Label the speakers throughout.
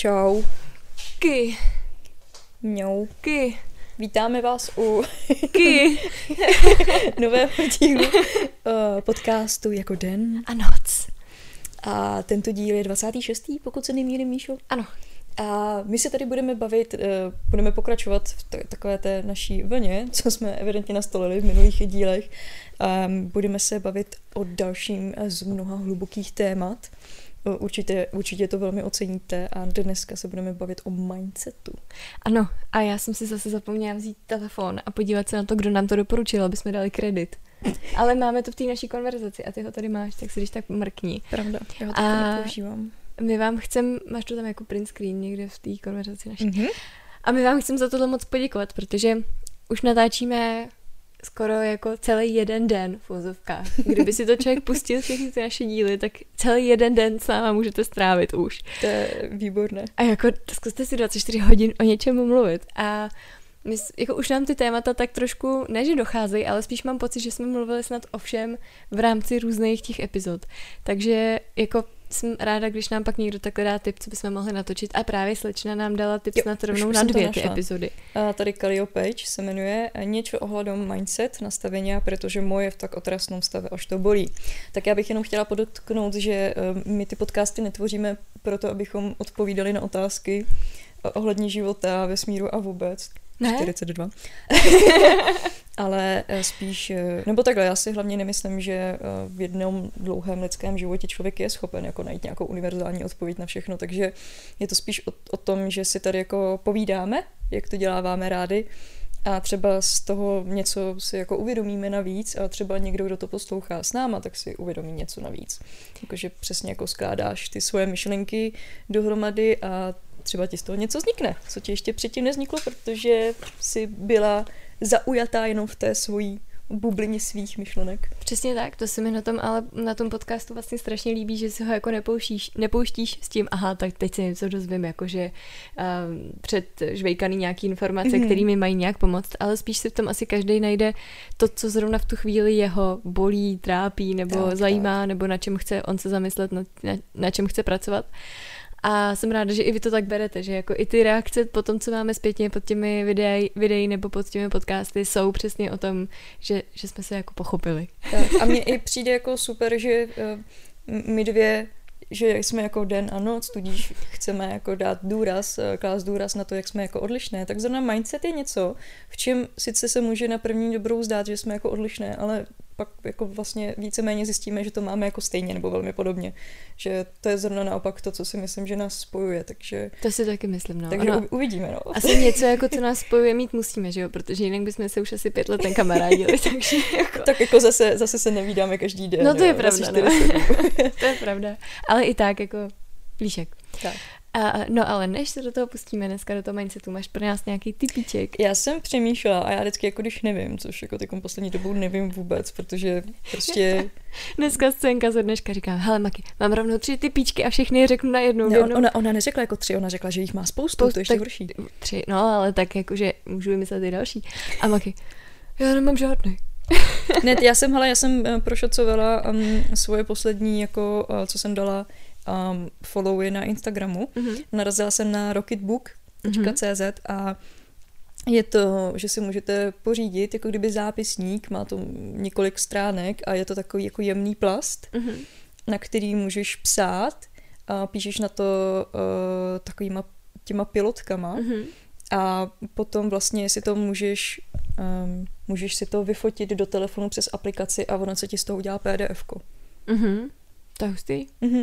Speaker 1: Čau.
Speaker 2: Ky.
Speaker 1: Mňau.
Speaker 2: Ky.
Speaker 1: Vítáme vás u
Speaker 2: Ky.
Speaker 1: nového dílu podcastu Jako den
Speaker 2: A noc.
Speaker 1: A tento díl je 26. pokud se nemýlím, Míšo.
Speaker 2: Ano.
Speaker 1: A my se tady budeme bavit, budeme pokračovat v takové té naší vlně, co jsme evidentně nastolili v minulých dílech. Budeme se bavit o dalším z mnoha hlubokých témat. Určitě to velmi oceníte a dneska se budeme bavit o mindsetu.
Speaker 2: Ano, a já jsem si zase zapomněla vzít telefon a podívat se na to, kdo nám to doporučil, aby jsme dali kredit. Ale máme to v té naší konverzaci a ty ho tady máš, tak si když tak mrkni.
Speaker 1: Pravda, já ho taky nepoužívám.
Speaker 2: My vám chcem, máš to tam jako print screen někde v té konverzaci naší.
Speaker 1: Mm-hmm.
Speaker 2: A my vám chcem za tohle moc poděkovat, protože už natáčíme skoro jako celý jeden den v ozovkách. Kdyby si to člověk pustil všechny ty naše díly, tak celý jeden den s náma můžete strávit už.
Speaker 1: To je výborné.
Speaker 2: A jako zkuste si 24 hodin o něčem mluvit. A my, jako už nám ty témata tak trošku, ne že docházejí, ale spíš mám pocit, že jsme mluvili snad o všem v rámci různých těch epizod. Takže jako jsem ráda, když nám pak někdo takhle dá tip, co bychom mohli natočit. A právě slečna nám dala tip snad rovnou na 2 ty epizody.
Speaker 1: A tady Calliope se jmenuje Niečo ohľadom mindset, nastavenia, protože moje v tak otrasnom stave až to bolí. Tak já bych jenom chtěla podotknout, že my ty podcasty netvoříme proto, abychom odpovídali na otázky ohledně života, vesmíru a vůbec.
Speaker 2: Ne?
Speaker 1: 42. Ale spíš, nebo takhle, já si hlavně nemyslím, že v jednom dlouhém lidském životě člověk je schopen jako najít nějakou univerzální odpověď na všechno, takže je to spíš o tom, že si tady jako povídáme, jak to děláváme rádi a třeba z toho něco si jako uvědomíme navíc a třeba někdo, kdo to poslouchá s náma, tak si uvědomí něco navíc. Jakože přesně jako skládáš ty svoje myšlenky dohromady a třeba ti z toho něco vznikne, co ti ještě předtím nevzniklo, protože jsi byla zaujatá jenom v té svojí bublině svých myšlenek.
Speaker 2: Přesně tak, to se mi na tom podcastu vlastně strašně líbí, že si ho jako nepouštíš s tím, aha, tak teď si něco dozvím, jakože předžvejkaný nějaký informace, které mi mají nějak pomoct, ale spíš si v tom asi každý najde to, co zrovna v tu chvíli jeho bolí, trápí, nebo zajímá, nebo na čem chce on se zamyslet, na čem chce pracovat. A jsem ráda, že i vy to tak berete, že jako i ty reakce po tom, co máme zpětně pod těmi videi nebo pod těmi podcasty, jsou přesně o tom, že jsme se jako pochopili.
Speaker 1: Tak. A mně i přijde jako super, že my dvě, že jsme jako den a noc, tudíž chceme jako klást důraz na to, jak jsme jako odlišné, tak zrovna mindset je něco, v čem sice se může na první dobrou zdát, že jsme jako odlišné, ale pak jako vlastně víceméně zjistíme, že to máme jako stejně nebo velmi podobně. Že to je zrovna naopak to, co si myslím, že nás spojuje, takže...
Speaker 2: To si taky myslím, no.
Speaker 1: Takže uvidíme, no.
Speaker 2: Asi něco, jako co nás spojuje, mít musíme, že jo? Protože jinak bychom se už asi 5 let nekamarádili, takže jako...
Speaker 1: Tak jako zase se nevídáme každý den.
Speaker 2: No to je pravda, no. To je pravda. Ale i tak, jako líšek.
Speaker 1: Tak.
Speaker 2: No ale než se do toho pustíme dneska do toho mindsetu, máš pro nás nějaký tipíček?
Speaker 1: Já jsem přemýšlela a já vždycky jako když nevím, což jako tykom poslední dobou nevím vůbec, protože prostě...
Speaker 2: Dneska scénka ze dneška říkám, hele Maki, mám rovnou 3 tipíčky a všechny je řeknu najednou.
Speaker 1: Ne, ona neřekla jako 3, ona řekla, že jich má spoustu, to je ještě horší.
Speaker 2: 3, no ale tak jakože můžu vymyslet i další. A Maki, já nemám žádný.
Speaker 1: Ne, já jsem prošacovala svoje poslední, jako co jsem dala followy na Instagramu. Narazila jsem na rocketbook.cz a je to, že si můžete pořídit jako kdyby zápisník, má to několik stránek a je to takový jako jemný plast, na který můžeš psát a píšeš na to takovýma těma pilotkama a potom vlastně si to můžeš si to vyfotit do telefonu přes aplikaci a ono se ti z toho udělá PDF-ko.
Speaker 2: To je hustý.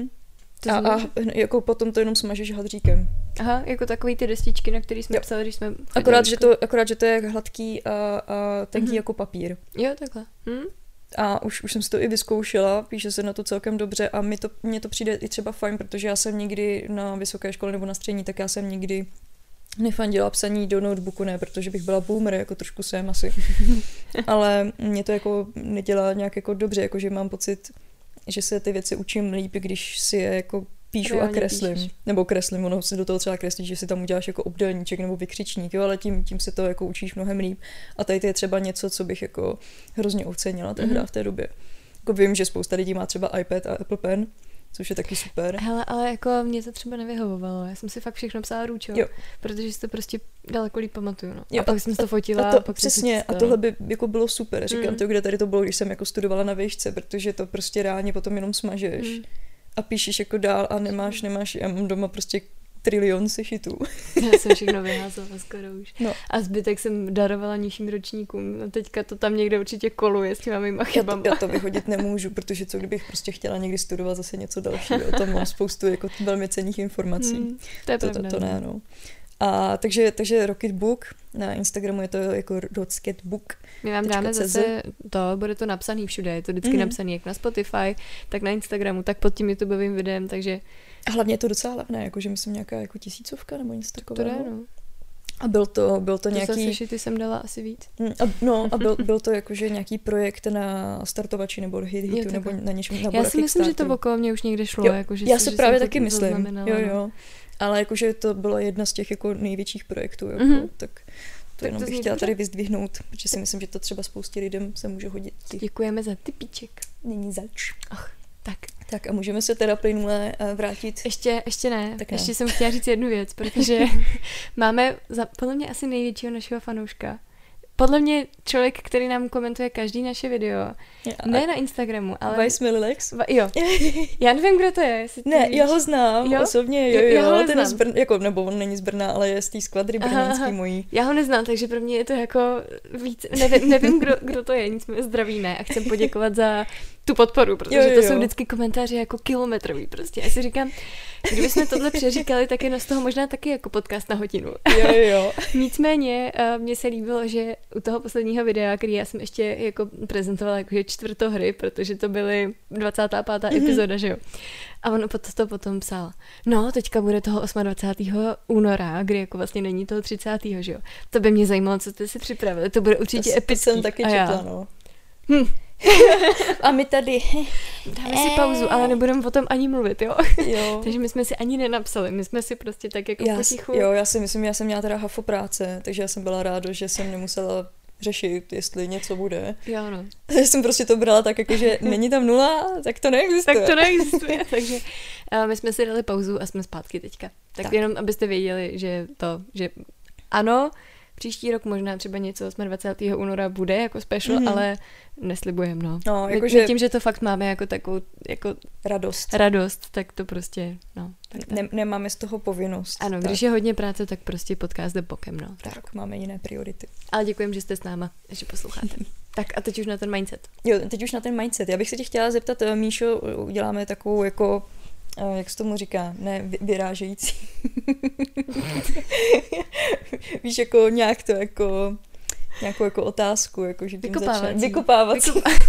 Speaker 1: A jako potom to jenom smažeš hadříkem.
Speaker 2: Aha, jako takový ty destičky, na který jsme psali, když jsme...
Speaker 1: Akorát, že to je hladký a tenký jako papír.
Speaker 2: Jo, takhle.
Speaker 1: A už jsem si to i vyzkoušela, píše se na to celkem dobře a mně to přijde i třeba fajn, protože já jsem nikdy na vysoké škole nebo na střední, tak já jsem nikdy nefandila psaní do notebooku, ne, protože bych byla boomer, jako trošku jsem asi. Ale mě to jako nedělá nějak jako dobře, jakože mám pocit, že se ty věci učím líp, když si je jako píšu a kreslím. Píšeš. Nebo kreslím, ono si do toho třeba kreslí, že si tam uděláš jako obdélníček nebo vykřičník, jo, ale tím se to jako učíš mnohem líp. A tady to je třeba něco, co bych jako hrozně ocenila tehdy v té době. Jako vím, že spousta lidí má třeba iPad a Apple Pen, což je taky super.
Speaker 2: Hele, ale jako mě to třeba nevyhovovalo. Já jsem si fakt všechno psala ručou, protože si to prostě daleko líp pamatuju. No.
Speaker 1: Jo,
Speaker 2: a pak jsem to fotila.
Speaker 1: A pak přesně, a tohle by jako bylo super. Říkám to, kde tady to bylo, když jsem jako studovala na výšce, protože to prostě reálně potom jenom smažeš a píšeš jako dál a nemáš, já mám doma prostě trilion sešitů.
Speaker 2: Já jsem všechno vyházela skoro už. No. A zbytek jsem darovala nižším ročníkům. A teďka to tam někde určitě koluje s těma mýma chybama.
Speaker 1: Já to vyhodit nemůžu, protože co kdybych prostě chtěla někdy studovat zase něco dalšího. Tam mám spoustu jako velmi cenných informací.
Speaker 2: To je pravda.
Speaker 1: To ne, no. A takže Rocketbook, na Instagramu je to jako Rocketbook.
Speaker 2: My vám dáme zase bude to napsaný všude, je to vždycky napsaný jak na Spotify, tak na Instagramu, tak pod tím YouTubeovým videem, takže...
Speaker 1: A hlavně je to docela levné, jakože myslím nějaká jako 1000 nebo něco takového.
Speaker 2: To je, no.
Speaker 1: A byl to nějaký...
Speaker 2: To ty jsem dala asi víc.
Speaker 1: A byl to jakože nějaký projekt na startovači nebo hitu nebo na něčem, na
Speaker 2: Já si myslím, že to okolo mě už někde šlo. Jakože
Speaker 1: já si právě taky myslím. Jo. Ale jakože to bylo jedna z těch jako největších projektů, jako, tak to jenom bych chtěla tady vyzdvihnout, protože si myslím, že to třeba spoustě lidem se může hodit.
Speaker 2: Děkujeme za tipíček.
Speaker 1: Není zač.
Speaker 2: Tak
Speaker 1: a můžeme se teda plynule vrátit.
Speaker 2: Ještě ne. Ještě jsem chtěla říct jednu věc, protože máme podle mě asi největšího našeho fanouška. Podle mě člověk, který nám komentuje každý naše video. Ne na Instagramu, ale...
Speaker 1: Vice Mililex?
Speaker 2: Jo. Já nevím, kdo to je.
Speaker 1: Ne, já ho znám osobně, jo. Ten je z Brna, jako, nebo on není z Brna, ale je z té skvadry brněnský mojí.
Speaker 2: Já ho neznám, takže pro mě je to jako víc... Nevím, kdo to je, nicméně zdravíme a chcem poděkovat za tu podporu, protože to jsou vždycky komentáře jako kilometrový prostě. Já si říkám, kdybychom tohle přeříkali, tak je z toho možná taky jako podcast na hodinu.
Speaker 1: Jo.
Speaker 2: Nicméně mně se líbilo, že u toho posledního videa, který já jsem ještě jako prezentovala jakože čtvrtohry, protože to byly 25. epizoda, že jo. A on to potom psal. No, teďka bude toho 28. února, kdy jako vlastně není toho 30. že jo. To by mě zajímalo, co jste si připravili. To bude určitě epický.
Speaker 1: To jsem taky četla, no. A my tady...
Speaker 2: Dáme si pauzu, ale nebudeme o tom ani mluvit, jo? Takže my jsme si ani nenapsali, my jsme si prostě tak jako potichu...
Speaker 1: Jo, já si myslím, já jsem měla teda hafo práce, takže já jsem byla ráda, že jsem nemusela řešit, jestli něco bude.
Speaker 2: Jo, no.
Speaker 1: Já jsem prostě to brala tak, jako, že není tam 0, tak to neexistuje.
Speaker 2: Takže my jsme si dali pauzu a jsme zpátky teďka. Tak jenom, abyste věděli, že ano, příští rok možná třeba něco 28. února bude jako special, ale neslibujeme, no. My tím, že to fakt máme jako takovou jako radost, tak to prostě, no.
Speaker 1: Nemáme z toho povinnost.
Speaker 2: Ano, když je hodně práce, tak prostě podcast jde bokem, no.
Speaker 1: Tak, máme jiné priority.
Speaker 2: Ale děkujem, že jste s náma, že posloucháte. Tak a teď už na ten mindset.
Speaker 1: Jo, teď už na ten mindset. Já bych se tě chtěla zeptat, Míšo, uděláme takovou jako jak se tomu říká, ne vyrážející. Víš, jako nějak to jako nějakou jako otázku, jako že tím začne. Vykopávací.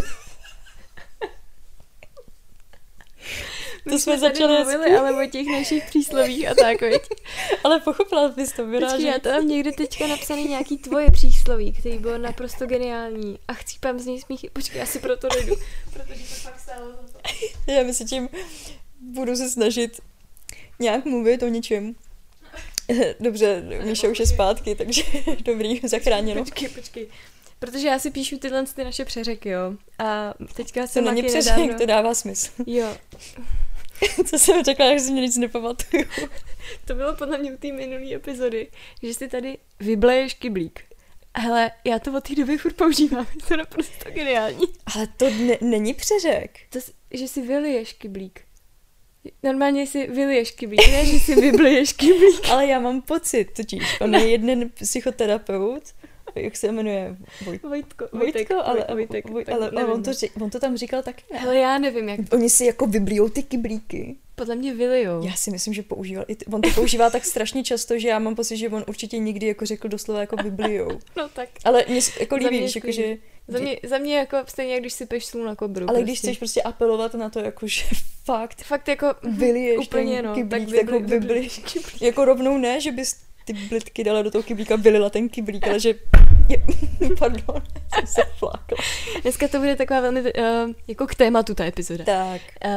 Speaker 2: To jsme začali mluvili, ale o těch našich příslovích a tak, veď.
Speaker 1: Ale pochopila bys to vyrážející.
Speaker 2: Počkej, já to mám někde teďka napsaný nějaký tvoje přísloví, který bylo naprosto geniální. A chcípám z něj smíchy. Počkej, já si proto dojdu, protože to fakt stálo za to.
Speaker 1: Já myslím, tím budu se snažit nějak mluvit o něčem. Dobře, Míša už je zpátky, takže dobrý, zachráněno.
Speaker 2: Počkej. Protože já si píšu ty naše přeřeky, jo. A teďka jsem
Speaker 1: to není přeřek, nedávno... to dává smysl.
Speaker 2: Jo.
Speaker 1: Co jsem řekla, že si mě nic nepamatuju.
Speaker 2: To bylo podle mě u té minulý epizody, že si tady vybleješ kyblík. Hele, já to od té doby furt používám, je to naprosto geniální.
Speaker 1: Ale to není přeřek.
Speaker 2: To, že si vyliješ kyblík. Normálně si vyliješ kyblík, ne, že si vybleješ kyblík.
Speaker 1: Ale já mám pocit, totiž, on je jeden psychoterapeut, jak se jmenuje? Vojtek, ale ne, on to tam říkal taky, ne?
Speaker 2: Hele, já nevím, jak...
Speaker 1: Oni si jako vyblijou ty kyblíky.
Speaker 2: Podle mě vylijou.
Speaker 1: Já si myslím, že používal. On to používá tak strašně často, že já mám pocit, že on určitě nikdy jako řekl doslova jako vyblijou.
Speaker 2: No tak.
Speaker 1: Ale mě jako líbíš, jakože...
Speaker 2: Za mě jako stejně, jak když sypeš sůl na kobru.
Speaker 1: Ale prostě. Když chceš prostě apelovat na to, jako, že fakt
Speaker 2: jako
Speaker 1: vyliješ
Speaker 2: úplně,
Speaker 1: ten kyblík,
Speaker 2: tak
Speaker 1: jako vyblíš. Jako rovnou ne, že bys ty blitky dala do toho kyblíka, vylila ten kyblík, ale že... Pardon, jsem se flákla.
Speaker 2: Dneska to bude taková velmi jako k tématu ta epizoda.
Speaker 1: Tak.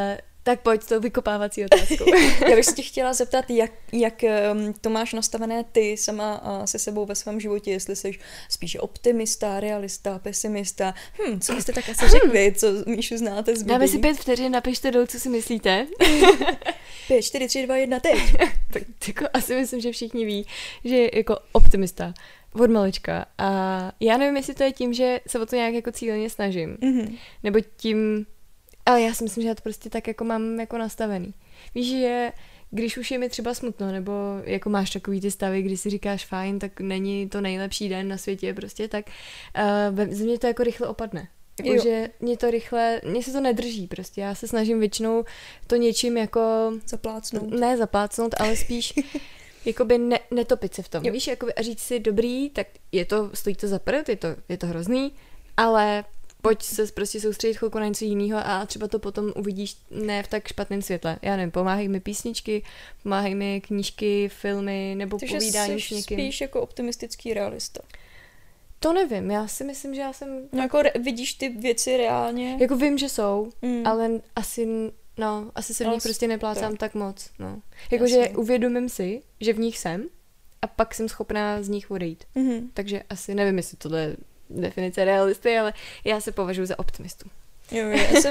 Speaker 2: Tak pojď s tou vykopávací otázkou.
Speaker 1: Já bych se tě chtěla zeptat, jak to máš nastavené ty sama se sebou ve svém životě, jestli jsi spíš optimista, realista, pesimista. Co byste tak asi řekli, co Míšu znáte z videí?
Speaker 2: Dáme si 5 vteřin, napište dolů, co si myslíte.
Speaker 1: 5, 4, 3, 2, 1, teď.
Speaker 2: Tak jako asi myslím, že všichni ví, že je jako optimista od malička. A já nevím, jestli to je tím, že se o to nějak jako cíleně snažím. Nebo tím... Ale já si myslím, že já to prostě tak jako mám jako nastavený. Víš, že když už je mi třeba smutno, nebo jako máš takový ty stavy, kdy si říkáš fajn, tak není to nejlepší den na světě prostě, tak ze mě to jako rychle opadne. Jakože mě se to nedrží prostě. Já se snažím většinou to něčím jako... Zaplácnout, ale spíš jakoby netopit se v tom. Jo. Víš, jakoby a říct si dobrý, tak stojí to za prd, je to hrozný, ale pojď se prostě soustředit chvilku na něco jiného a třeba to potom uvidíš ne v tak špatném světle. Já nevím, pomáhají mi písničky, pomáhají mi knížky, filmy nebo povídání s někým.
Speaker 1: Takže spíš jako optimistický realista.
Speaker 2: To nevím, já si myslím, že já jsem...
Speaker 1: No jako vidíš ty věci reálně?
Speaker 2: Jako vím, že jsou, ale asi se v nich prostě neplácám tak moc. No. Jakože uvědomím si, že v nich jsem a pak jsem schopná z nich odejít. Takže asi nevím, jestli tohle je definice realisty, ale já se považuji za optimistu.
Speaker 1: Jo,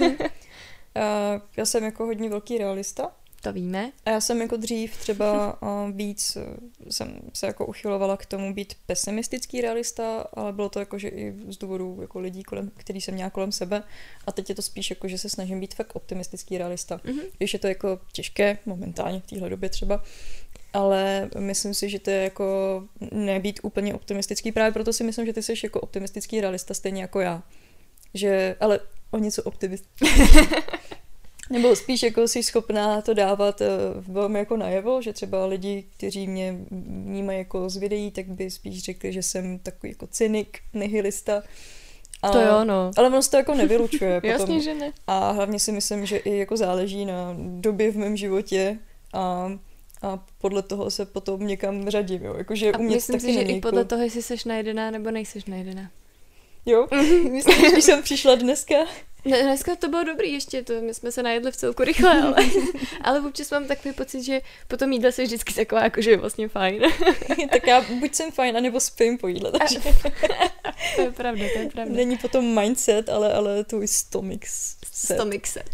Speaker 1: já jsem jako hodně velký realista.
Speaker 2: To víme.
Speaker 1: A já jsem jako dřív třeba víc jsem se jako uchylovala k tomu být pesimistický realista, ale bylo to jako, že i z důvodu jako lidí, který jsem měla kolem sebe. A teď je to spíš jako, že se snažím být fakt optimistický realista. Když je to jako těžké, momentálně v téhle době třeba, ale myslím si, že to je jako nebýt úplně optimistický. Právě proto si myslím, že ty jsi jako optimistický realista stejně jako já. Ale o něco optimistický. Nebo spíš jako jsi schopná to dávat velmi jako najevo, že třeba lidi, kteří mě vnímají jako z videí, tak by spíš řekli, že jsem takový jako cynik, nihilista.
Speaker 2: To jo, no.
Speaker 1: Ale ono se to jako nevylučuje. Potom.
Speaker 2: Jasně, že ne.
Speaker 1: A hlavně si myslím, že i jako záleží na době v mém životě a podle toho se potom někam řadím, jo. Jakože
Speaker 2: a myslím si, že i podle toho, jestli seš najedená nebo nejseš najedená.
Speaker 1: Jo, myslím, že jsem přišla dneska.
Speaker 2: Dneska to bylo dobrý ještě, my jsme se najedli v celku rychle, ale občas mám takový pocit, že po tom jídle jsi vždycky taková, jakože je vlastně fajn.
Speaker 1: Tak já buď jsem fajn, anebo spím po jídle. Takže...
Speaker 2: To je pravda.
Speaker 1: Není potom mindset, ale tvůj stomach set.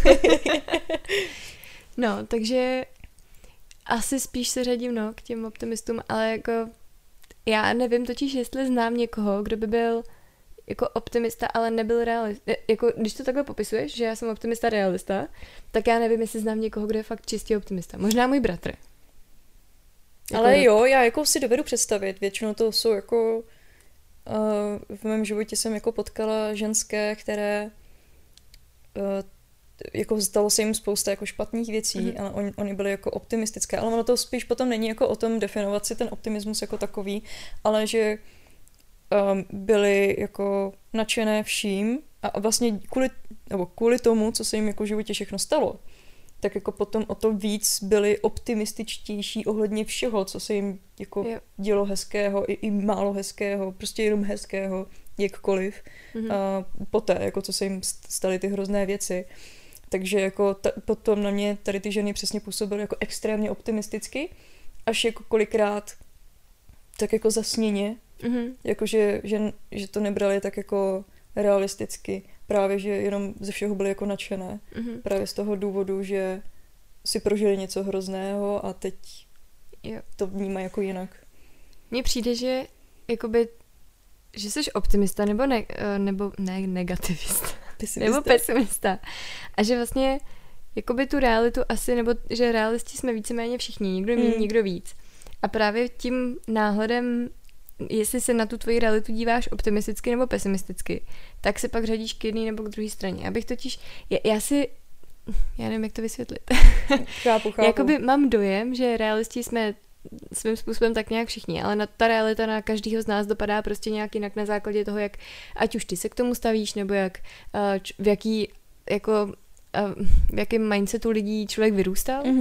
Speaker 2: No, takže asi spíš se řadím k těm optimistům, ale jako já nevím totiž, jestli znám někoho, kdo by byl jako optimista, ale nebyl realista. Jako, když to takhle popisuješ, že já jsem optimista realista, tak já nevím, jestli znám někoho, kdo je fakt čistě optimista. Možná můj bratr.
Speaker 1: Ale jo, já jako si dovedu představit. Většinou to jsou jako v mém životě jsem jako potkala ženské, které jako zdalo se jim spousta jako špatných věcí, ale oni byli jako optimistické. Ale ono to spíš potom není jako o tom definovat si ten optimismus jako takový, ale že byli jako nadšené vším a vlastně kvůli tomu, co se jim jako v životě všechno stalo, tak jako potom o to víc byli optimističtější ohledně všeho, co se jim jako dělo hezkého i málo hezkého, prostě jenom hezkého, jakkoliv. Poté, jako co se jim staly ty hrozné věci. Takže jako potom na mě tady ty ženy přesně působily jako extrémně optimisticky, až jako kolikrát tak jako zasněně, jakože že to nebrali tak jako realisticky. Právě, že jenom ze všeho byly jako nadšené. Právě z toho důvodu, že si prožili něco hrozného a teď to vnímají jako jinak.
Speaker 2: Mně přijde, že jakoby, že jsi optimista nebo negativista. Nebo pesimista. A že vlastně jakoby tu realitu asi, nebo že realisti jsme víceméně všichni, někdo méně, někdo víc. A právě tím náhledem, jestli se na tu tvoji realitu díváš optimisticky nebo pesimisticky, tak se pak řadíš k jedné nebo k druhé straně. Abych totiž, já nevím, jak to vysvětlit.
Speaker 1: Chápu.
Speaker 2: Jakoby mám dojem, že realisti jsme svým způsobem tak nějak všichni, ale ta realita na každého z nás dopadá prostě nějak jinak na základě toho, jak ať už ty se k tomu stavíš, nebo jak v jakém mindsetu lidí člověk vyrůstal,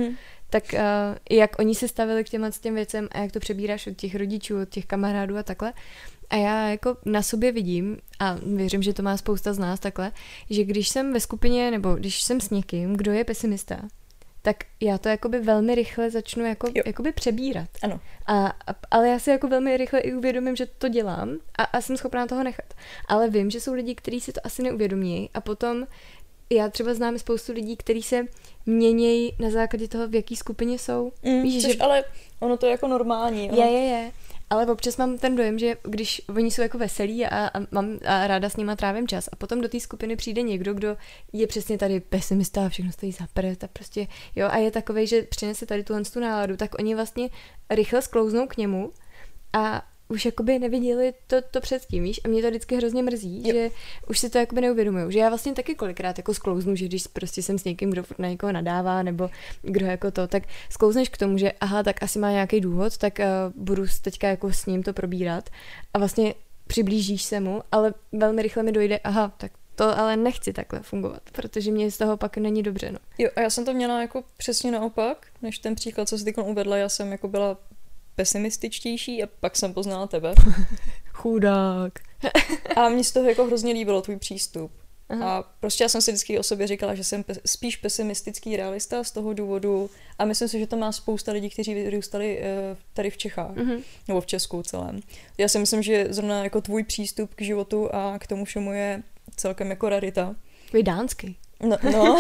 Speaker 2: tak jak oni se stavili k těm věcem a jak to přebíráš od těch rodičů, od těch kamarádů a takhle. A já jako na sobě vidím, a věřím, že to má spousta z nás takhle, že když jsem ve skupině, nebo když jsem s někým, kdo je pesimista, tak já to jakoby velmi rychle začnu jakoby přebírat.
Speaker 1: Ano.
Speaker 2: Ale já si jako velmi rychle i uvědomím, že to dělám a jsem schopná toho nechat. Ale vím, že jsou lidi, kteří si to asi neuvědomí a potom já třeba znám spoustu lidí, kteří se měnějí na základě toho, v jaký skupině jsou.
Speaker 1: Víš, že... Ale ono to je jako normální.
Speaker 2: Ono... Je. Ale občas mám ten dojem, že když oni jsou jako veselí a ráda s nima trávím čas a potom do té skupiny přijde někdo, kdo je přesně tady pesimista a všechno stojí za prd a prostě, jo, a je takovej, že přinese tady tu náladu, tak oni vlastně rychle sklouznou k němu a už jakoby neviděli to předtím, víš? A mě to vždycky hrozně mrzí, že už si to jakoby neuvědomujou. Že já vlastně taky kolikrát jako sklouznu, že když prostě jsem s někým, kdo na někoho nadává, nebo kdo jako to, tak sklouzneš k tomu, že aha, tak asi má nějaký důvod, tak budu teďka jako s ním to probírat a vlastně přiblížíš se mu, ale velmi rychle mi dojde, aha, tak to ale nechci takhle fungovat, protože mě z toho pak není dobře, no.
Speaker 1: Jo, a já jsem to měla jako přesně naopak, než ten příklad, co jsi teď uvedla, já jsem jako byla pesimističtější a pak jsem poznala tebe.
Speaker 2: Chudák.
Speaker 1: A mně z toho jako hrozně líbilo tvůj přístup.
Speaker 2: Aha.
Speaker 1: A prostě já jsem si vždycky o sobě říkala, že jsem spíš pesimistický realista z toho důvodu a myslím si, že to má spousta lidí, kteří vyrůstali tady v Čechách, nebo v Česku celém. Já si myslím, že zrovna jako tvůj přístup k životu a k tomu všemu je celkem jako rarita.
Speaker 2: Tvůj dánský.
Speaker 1: No.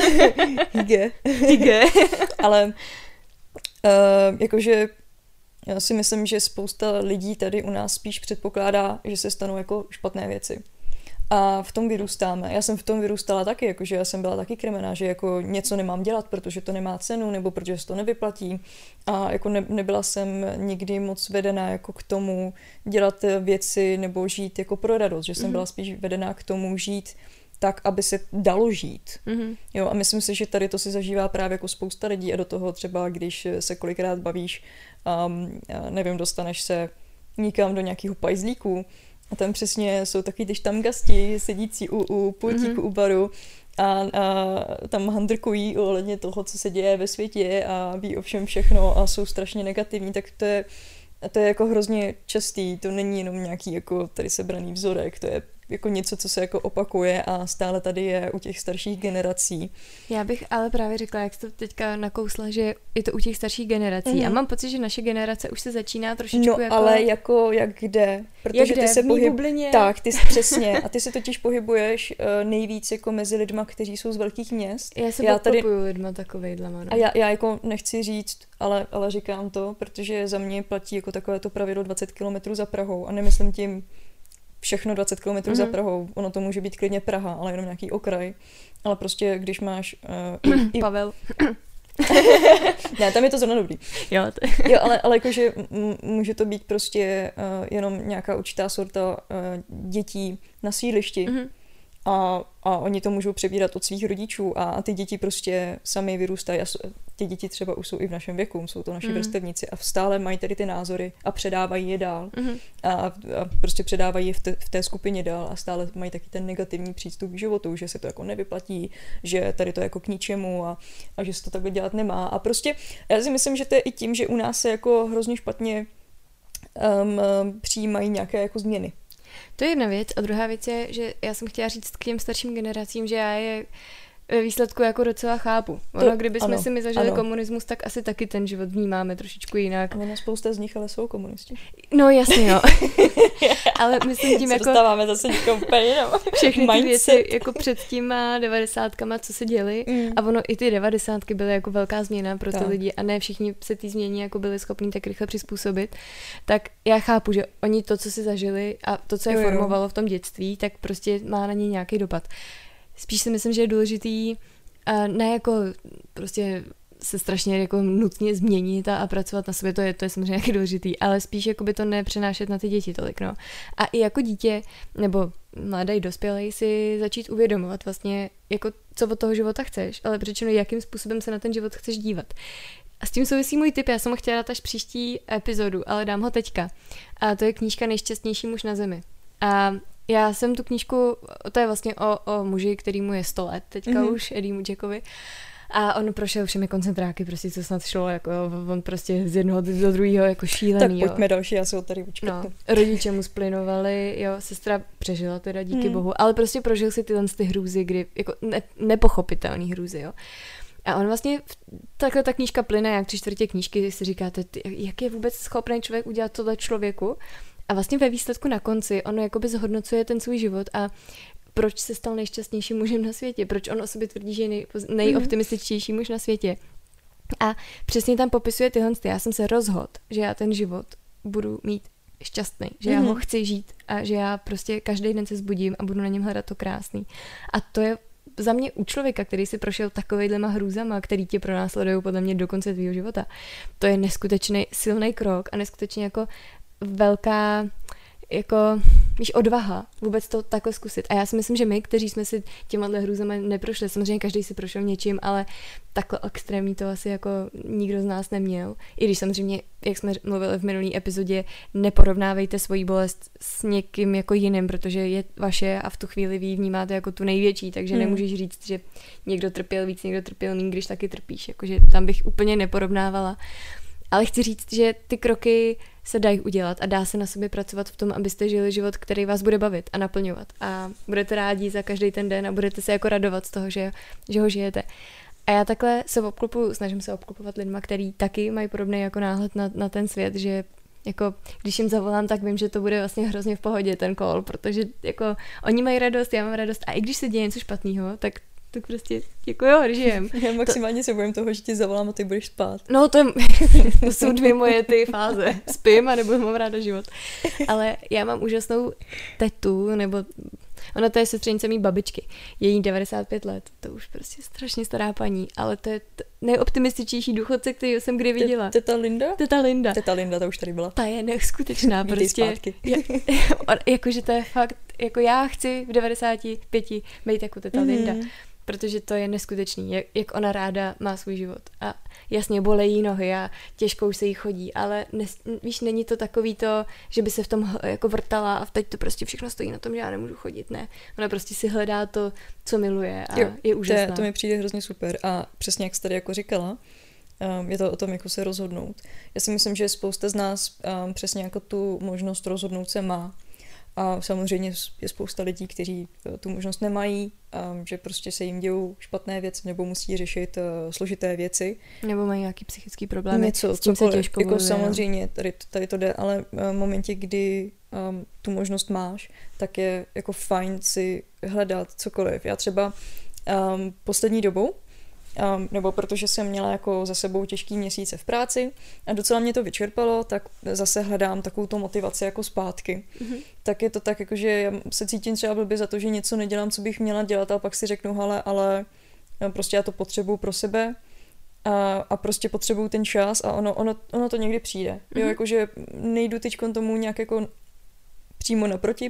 Speaker 1: Hygge. Ale jakože já si myslím, že spousta lidí tady u nás spíš předpokládá, že se stanou jako špatné věci. A v tom vyrůstáme. Já jsem v tom vyrůstala taky, jakože já jsem byla taky krmená, že jako něco nemám dělat, protože to nemá cenu, nebo protože se to nevyplatí. A jako nebyla jsem nikdy moc vedená jako k tomu dělat věci nebo žít jako pro radost, že jsem byla spíš vedená k tomu žít tak, aby se dalo žít. Jo, a myslím si, že tady to si zažívá právě jako spousta lidí a do toho třeba, když se kolikrát bavíš, nevím, dostaneš se nikam do nějakého pajzlíku a tam přesně jsou taky ty štamgasti sedící u pultíku u baru a tam handrkují ohledně toho, co se děje ve světě a ví o všem všechno a jsou strašně negativní, tak to je jako hrozně častý, to není jenom nějaký jako tady sebraný vzorek, to je jako něco, co se jako opakuje a stále tady je u těch starších generací.
Speaker 2: Já bych ale právě řekla, jak jsi to teďka nakousla, že je to u těch starších generací a mám pocit, že naše generace už se začíná trošičku
Speaker 1: no, ale jako jak kde? Protože
Speaker 2: jak kde?
Speaker 1: Ty se
Speaker 2: bublině?
Speaker 1: Tak, ty přesně. A ty se totiž pohybuješ nejvíc jako mezi lidma, kteří jsou z velkých měst.
Speaker 2: Já se podpojuju lidma takovejhlema. No.
Speaker 1: A já jako nechci říct, ale říkám to, protože za mě platí jako takové to pravidlo 20 kilometrů za Prahou a nemyslím tím všechno 20 kilometrů za Prahou. Ono to může být klidně Praha, ale jenom nějaký okraj. Ale prostě, když máš...
Speaker 2: Pavel.
Speaker 1: Ne, tam je to zrovna dobrý.
Speaker 2: Jo,
Speaker 1: ale jakože může to být prostě jenom nějaká určitá sorta dětí na sídlišti. A oni to můžou přebírat od svých rodičů a ty děti prostě sami vyrůstají. Ty děti třeba už jsou i v našem věku, jsou to naši vrstevníci a stále mají tady ty názory a předávají je dál. A prostě předávají je v té skupině dál a stále mají taky ten negativní přístup k životu, že se to jako nevyplatí, že tady to je jako k ničemu a že se to takhle dělat nemá. A prostě já si myslím, že to je i tím, že u nás se jako hrozně špatně přijímají nějaké jako změny.
Speaker 2: To je jedna věc a druhá věc je, že já jsem chtěla říct k těm starším generacím, že já je ve výsledku jako docela chápu. Ono, kdybychom si my zažili komunismus, tak asi taky ten život vnímáme trošičku jinak.
Speaker 1: Ono spousta z nich ale jsou komunisti.
Speaker 2: No jasně, jo. Ale myslím tím jako...
Speaker 1: dostáváme zase někoho úplně jinam.
Speaker 2: Všechny ty věci jako před těma 90kama, co se děly. A ono i ty 90ky byly jako velká změna pro ty lidi a ne všichni se ty změny jako byli schopní tak rychle přizpůsobit. Tak já chápu, že oni to, co si zažili a to, co je formovalo v tom dětství, tak prostě má na ně nějaký dopad. Spíš si myslím, že je důležitý ne jako prostě se strašně jako nutně změnit a pracovat na sobě, to je samozřejmě nějaký důležitý, ale spíš jako by to nepřenášet na ty děti tolik, no. A i jako dítě, nebo mladý dospělej si začít uvědomovat vlastně, jako co od toho života chceš, ale řečeno, jakým způsobem se na ten život chceš dívat. A s tím souvisí můj tip, já jsem ho chtěla dát až příští epizodu, ale dám ho teďka. A to je knížka Nejšťastnější muž na zemi. A já jsem tu knížku, to je vlastně o muži, kterýmu je 100 let teďka už, Eddie Jackovi. A on prošel všemi koncentráky, prostě co snad šlo, jako on prostě z jednoho do druhého jako šílený.
Speaker 1: Tak pojďme další, já se ho tady učím.
Speaker 2: No, rodiče mu splinovali, jo, sestra přežila teda díky bohu, ale prostě prožil si tyhle ty hrůzy, kdy, jako nepochopitelný hrůzy, jo. A on vlastně, takhle ta knížka plyne, jak 3/4 knížky, si říkáte, jak je vůbec schopný člověk udělat tohle člověku. A vlastně ve výsledku na konci on jakoby zhodnocuje ten svůj život a proč se stal nejšťastnějším mužem na světě, proč on o sobě tvrdí, že je nejoptimističtější muž na světě. A přesně tam popisuje tyhle. Já jsem se rozhodl, že já ten život budu mít šťastný, že já ho chci žít a že já prostě každý den se zbudím a budu na něm hledat to krásný. A to je za mě u člověka, který si prošel takovejhlema hrůzama, který tě pronásledují podle mě do konce tvýho života. To je neskutečný silný krok a neskutečně jako velká jako, víš, odvaha vůbec to takhle zkusit. A já si myslím, že my, kteří jsme si těmahle hrůzama neprošli, samozřejmě každý si prošel něčím, ale takhle extrémní to asi jako nikdo z nás neměl. I když samozřejmě, jak jsme mluvili v minulý epizodě, neporovnávejte svoji bolest s někým jako jiným, protože je vaše a v tu chvíli vy vnímáte jako tu největší, takže nemůžeš říct, že někdo trpěl víc, někdo trpěl méně, když taky trpíš. Jakože tam bych úplně neporovnávala. Ale chci říct, že ty kroky se dají udělat a dá se na sobě pracovat v tom, abyste žili život, který vás bude bavit a naplňovat. A budete rádi za každý ten den a budete se jako radovat z toho, že ho žijete. A já takhle snažím se obklopovat lidma, který taky mají podobný jako náhled na ten svět, že jako když jim zavolám, tak vím, že to bude vlastně hrozně v pohodě ten call, protože jako oni mají radost, já mám radost a i když se děje něco špatného, tak prostě jako jo, žijem.
Speaker 1: Já maximálně se bojím toho, že ti zavolám a ty budeš spát.
Speaker 2: No to jsou dvě moje ty fáze. Spím a nebo mám ráda život. Ale já mám úžasnou tetu, nebo ona to je sestřenice mý babičky. Je jí 95 let, to už prostě strašně stará paní, ale to je nejoptimističtější důchodce, který jsem kdy viděla.
Speaker 1: Teta Linda?
Speaker 2: Teta Linda.
Speaker 1: Teta Linda, ta už tady byla.
Speaker 2: Ta je neskutečná prostě. Jakože to je fakt, jako já chci v 95 být jako teta Linda. Protože to je neskutečný, jak ona ráda má svůj život. A jasně, bolejí nohy a těžko už se jí chodí, ale víš, není to takový to, že by se v tom jako vrtala a teď to prostě všechno stojí na tom, že já nemůžu chodit, ne. Ona prostě si hledá to, co miluje a je úžasná.
Speaker 1: To mi přijde hrozně super a přesně jak jsi tady jako říkala, je to o tom, jako se rozhodnout. Já si myslím, že spousta z nás přesně jako tu možnost rozhodnout se má. A samozřejmě je spousta lidí, kteří tu možnost nemají, že prostě se jim dějou špatné věci nebo musí řešit složité věci.
Speaker 2: Nebo mají nějaký psychický problém.
Speaker 1: Něco,
Speaker 2: s tím se těžko
Speaker 1: jako samozřejmě, tady to jde, ale v momentě, kdy tu možnost máš, tak je jako fajn si hledat cokoliv. Já třeba poslední dobou, nebo protože jsem měla jako za sebou těžký měsíce v práci a docela mě to vyčerpalo, tak zase hledám takovou tu motivaci jako zpátky. Tak je to tak, jako, že já se cítím třeba blbě za to, že něco nedělám, co bych měla dělat, a pak si řeknu, hele, ale prostě já to potřebuju pro sebe a prostě potřebuju ten čas a ono to někdy přijde. Jo, jakože nejdu teďkon tomu nějak jako přímo naproti,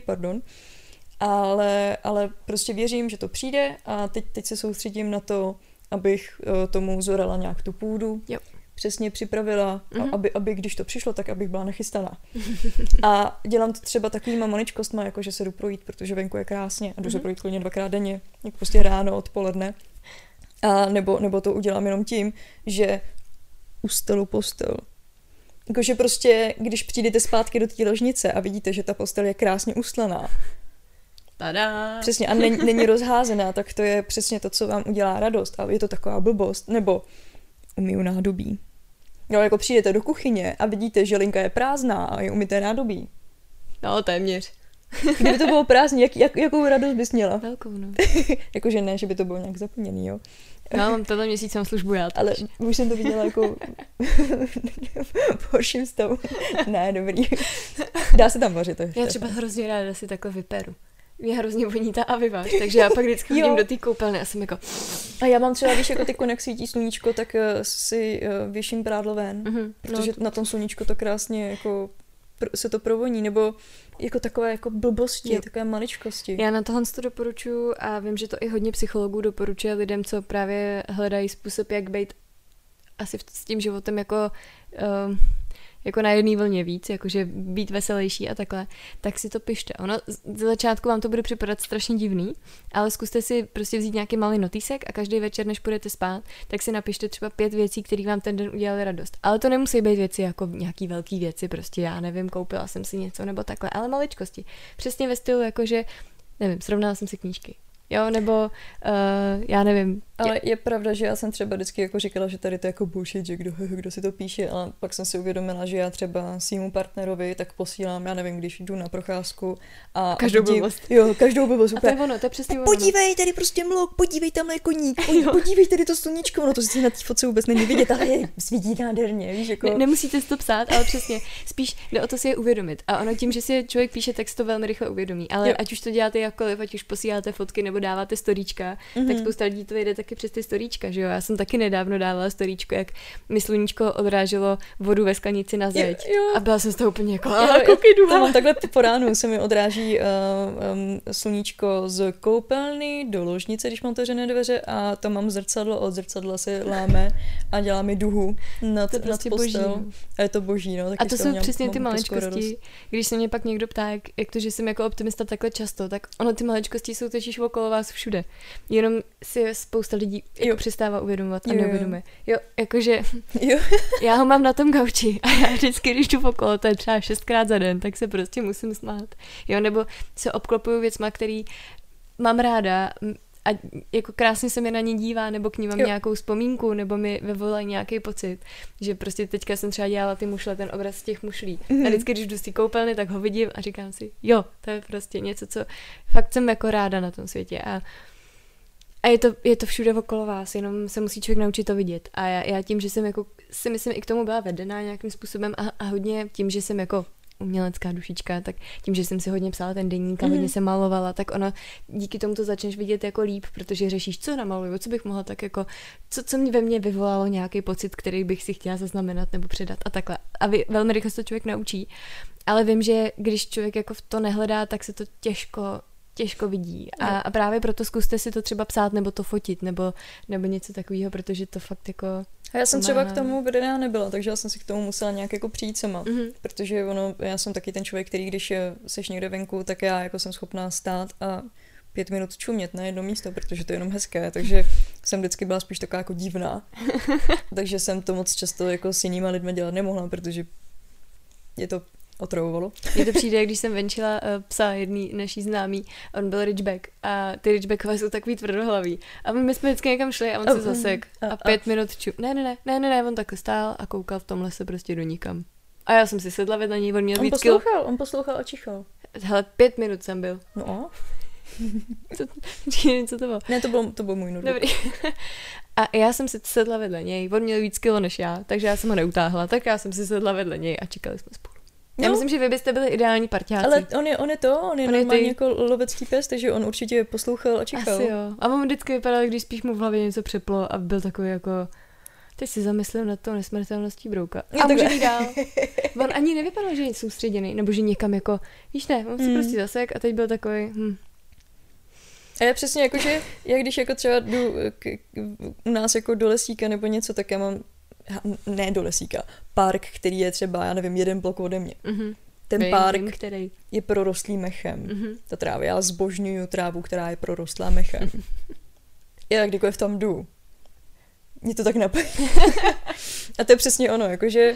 Speaker 1: ale prostě věřím, že to přijde a teď se soustředím na to, abych tomu zorala nějak tu půdu, přesně připravila, aby když to přišlo, tak abych byla nachystaná. A dělám to třeba takovýma maličkostma, jako že se jdu projít, protože venku je krásně a jdu se projít klidně 2krát denně, jako prostě ráno, odpoledne. A nebo to udělám jenom tím, že ustelu postel. Jakože prostě, když přijdete zpátky do té ložnice a vidíte, že ta postel je krásně ustlaná,
Speaker 2: tada.
Speaker 1: Přesně, a není rozházená, tak to je přesně to, co vám udělá radost. A je to taková blbost. Nebo umyju nádobí. Jo, jako přijdete do kuchyně a vidíte, že linka je prázdná a je umyté nádobí.
Speaker 2: No, téměř.
Speaker 1: Kdyby to bylo prázdné, jakou radost bys měla?
Speaker 2: Velkou, no.
Speaker 1: Jakože ne, že by to bylo nějak zaplněný, jo.
Speaker 2: Já mám tenhle měsíc, mám službu já.
Speaker 1: Ale už jsem to viděla jako v horším stavu. Ne, dobrý. Dá se tam vařit.
Speaker 2: Já třeba hrozně ráda si takhle vyperu. Mě hrozně voní ta avivář, takže já pak vždycky chodím do té koupelny a jsem jako...
Speaker 1: A já mám třeba, víš, jako teď, jak svítí sluníčko, tak si věším prádlo ven, protože na tom sluníčku to krásně jako se to provoní, nebo jako takové jako blbosti, takové maličkosti.
Speaker 2: Já na tohle to doporučuji a vím, že to i hodně psychologů doporučuje lidem, co právě hledají způsob, jak být asi s tím životem jako... jako na jedné vlně víc, jakože být veselější a takhle, tak si to pište. Ono z začátku vám to bude připadat strašně divný, ale zkuste si prostě vzít nějaký malý notýsek a každý večer, než půjdete spát, tak si napište třeba 5 věcí, které vám ten den udělaly radost. Ale to nemusí být věci jako nějaký velký věci, prostě já nevím, koupila jsem si něco nebo takhle, ale maličkosti. Přesně ve stylu jakože, nevím, srovnala jsem si knížky. Jo, nebo já nevím.
Speaker 1: Ale je pravda, že já jsem třeba vždycky jako říkala, že tady to je jako bullshit, že kdo si to píše, ale pak jsem si uvědomila, že já třeba svýmu partnerovi tak posílám, já nevím, když jdu na procházku a
Speaker 2: každou blbost.
Speaker 1: Jo, každou blbost.
Speaker 2: A to je ono, to je přesně ono.
Speaker 1: Podívej, tady prostě mlok, podívej, tamhle je koník, podívej, tady to sluníčko, no to si na té fotce vůbec není vidět, ale je svítí nádherně, víš, jako.
Speaker 2: Nemusíte si to psát, ale přesně, spíš jde o to si je uvědomit. A ono tím, že si člověk píše, tak si to velmi rychle uvědomí. Ale ať už to děláte jakkoliv, ať už posíláte fotky nebo dáváte storíčka, tak spousta lidí to jde taky přes ty storíčka, že jo? Já jsem taky nedávno dávala storíčko, jak mi sluníčko odráželo vodu ve sklenici na zeď. Jo. A byla jsem z toho úplně jako, koukej,
Speaker 1: to mám takhle po ránu, se mi odráží sluníčko z koupelny do ložnice, když mám otevřené dveře a tam mám zrcadlo, od zrcadla se láme a dělá mi duhu nad postel. A je to boží, no.
Speaker 2: A to jsou přesně ty maličkosti, když se mě pak někdo ptá, jak to, že jsem jako optimista takhle často, tak ono ty maličkosti jsou totiž okolo vás všude. Jenom si spousta lidí jako přestává uvědomovat a neuvědomuje. Jo, jakože já ho mám na tom gauči a já vždycky, když jdu okolo, to je třeba 6krát za den, tak se prostě musím smát. Jo, nebo se obklopuju věcma, který mám ráda a jako krásně se mi na ně dívá, nebo k ní mám nějakou vzpomínku, nebo mi vyvolají nějaký pocit, že prostě teďka jsem třeba dělala ty mušle, ten obraz z těch mušlí. A vždycky, když jdu z té koupelny, tak ho vidím a říkám si, jo, to je prostě něco, co fakt jsem jako ráda na tom světě. A je to všude okolo vás, jenom se musí člověk naučit to vidět. A já tím, že jsem jako, si myslím, i k tomu byla vedená nějakým způsobem a hodně tím, že jsem jako umělecká dušička, tak tím, že jsem si hodně psala ten deník a hodně se malovala, tak ono díky tomu to začneš vidět jako líp, protože řešíš, co namaluju, co bych mohla tak jako, co mě ve mně vyvolalo nějaký pocit, který bych si chtěla zaznamenat nebo předat a takhle. A velmi rychle se to člověk naučí, ale vím, že když člověk jako v to nehledá, tak se to těžko vidí. A právě proto zkuste si to třeba psát nebo to fotit, nebo něco takového, protože to fakt jako.
Speaker 1: A já jsem třeba k tomu vedená nebyla, takže já jsem si k tomu musela nějak jako přijít sama, protože já jsem taky ten člověk, který když seš někde venku, tak já jako jsem schopná stát a 5 minut čumět na jedno místo, protože to je jenom hezké, takže jsem vždycky byla spíš taková jako divná. Takže jsem to moc často jako s jinýma lidmi dělat nemohla, protože je to otravovalo.
Speaker 2: Mně to přijde, když jsem venčila psa jedný naší známý, on byl ridgeback a ty ridgebackové jsou takový tvrdohlaví. A my jsme vždycky někam šli a on se zasek a 5 minut Ne, on tak stál a koukal v tom lese prostě do nikam. A já jsem si sedla vedle něj, on měl víc kil.
Speaker 1: On poslouchal a čichal.
Speaker 2: Hele, 5 minut jsem byl.
Speaker 1: No.
Speaker 2: Co to bylo?
Speaker 1: Ne, to byl můj notebook.
Speaker 2: Dobrý. A já jsem si sedla vedle něj, on měl víc kilo než já, takže já jsem ho neutáhla, tak já jsem si sedla vedle něj a čekali jsme spolu. Já myslím, že vy byste byli ideální parťáci.
Speaker 1: Ale on je normálně jako lovecký pes, takže on určitě poslouchal a čekal.
Speaker 2: Asi jo. A on vždycky vypadal, když spíš mu v hlavě něco přeplo a byl takový jako, teď si zamyslím nad tou nesmrtelností brouka. A může jít dál. On ani nevypadal, že je soustředěný, nebo že někam jako, víš ne, on se prostě zasek a teď byl takový,
Speaker 1: A je přesně jako, že já když jako třeba jdu u nás jako do lesíka nebo něco, tak já mám ne do lesíka, park, který je třeba, já nevím, 1 blok ode mě. Ten park je prorostlý mechem. Ta tráva, já zbožňuju trávu, která je prorostlá mechem. Já kdykoliv tam jdu, mě to tak napadá. A to je přesně ono, jakože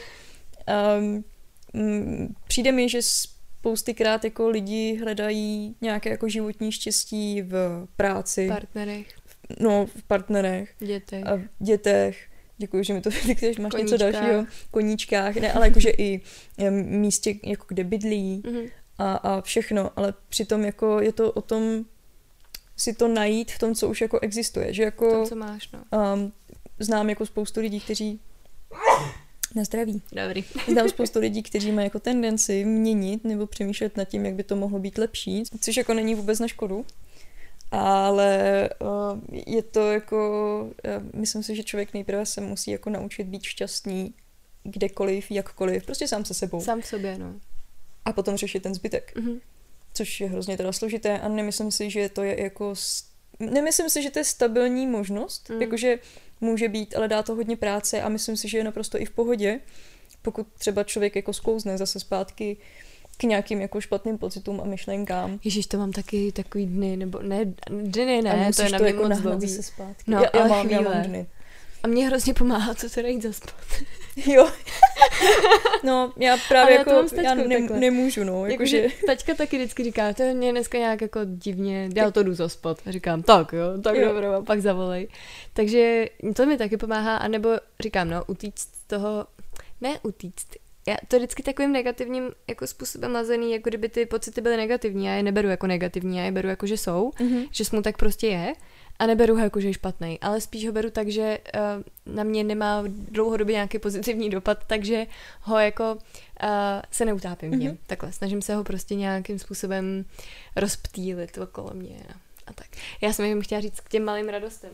Speaker 1: přijde mi, že spoustykrát jako lidi hledají nějaké jako životní štěstí v práci. V partnerech. Dětech. Děkuji, že mi to říkáš, máš něco dalšího. Koníčkách, ne, ale jakože i místě, jako kde bydlí a všechno, ale přitom jako je to o tom si to najít v tom, co už jako existuje, že jako
Speaker 2: tom, co máš, no.
Speaker 1: Znám jako spoustu lidí, kteří na zdraví.
Speaker 2: Dobrý.
Speaker 1: Znám spoustu lidí, kteří mají jako tendenci měnit nebo přemýšlet nad tím, jak by to mohlo být lepší, což jako není vůbec na škodu. Ale je to jako, myslím si, že člověk nejprve se musí jako naučit být šťastný kdekoliv, jakkoliv, prostě sám se sebou.
Speaker 2: Sám v sobě, no.
Speaker 1: A potom řešit ten zbytek. Což je hrozně teda složité a nemyslím si, že to je jako, nemyslím si, že to je stabilní možnost, jakože může být, ale dá to hodně práce a myslím si, že je naprosto i v pohodě,
Speaker 2: pokud třeba člověk jako sklouzne zase zpátky k nějakým jako špatným pocitům a myšlenkám.
Speaker 1: Ježíš, to mám taky takový dny, nebo ne, dny ne,
Speaker 2: to je na mě jako moc dlouhý.
Speaker 1: No,
Speaker 2: já mám dny.
Speaker 1: A mě hrozně pomáhá to teda jít zaspat.
Speaker 2: Jo. No, já právě jako, já nemůžu, no.
Speaker 1: Jakože taťka taky vždycky říká, to je mě dneska nějak jako divně, já to jdu zaspat. A říkám, tak jo, tak dobré, a pak zavolej. Takže to mi taky pomáhá, anebo říkám, no, utíct toho, ne utíct, já to vždycky takovým negativním jako způsobem lazený, jako kdyby ty pocity byly negativní, já je neberu jako negativní, já je beru jako, že jsou, že smutek prostě je. A neberu ho jako, že je špatnej, ale spíš ho beru tak, že na mě nemá dlouhodobě nějaký pozitivní dopad, takže ho jako se neutápím v něm. Takhle, snažím se ho prostě nějakým způsobem rozptýlit okolo mě a tak. Já jsem jim chtěla říct k těm malým radostem.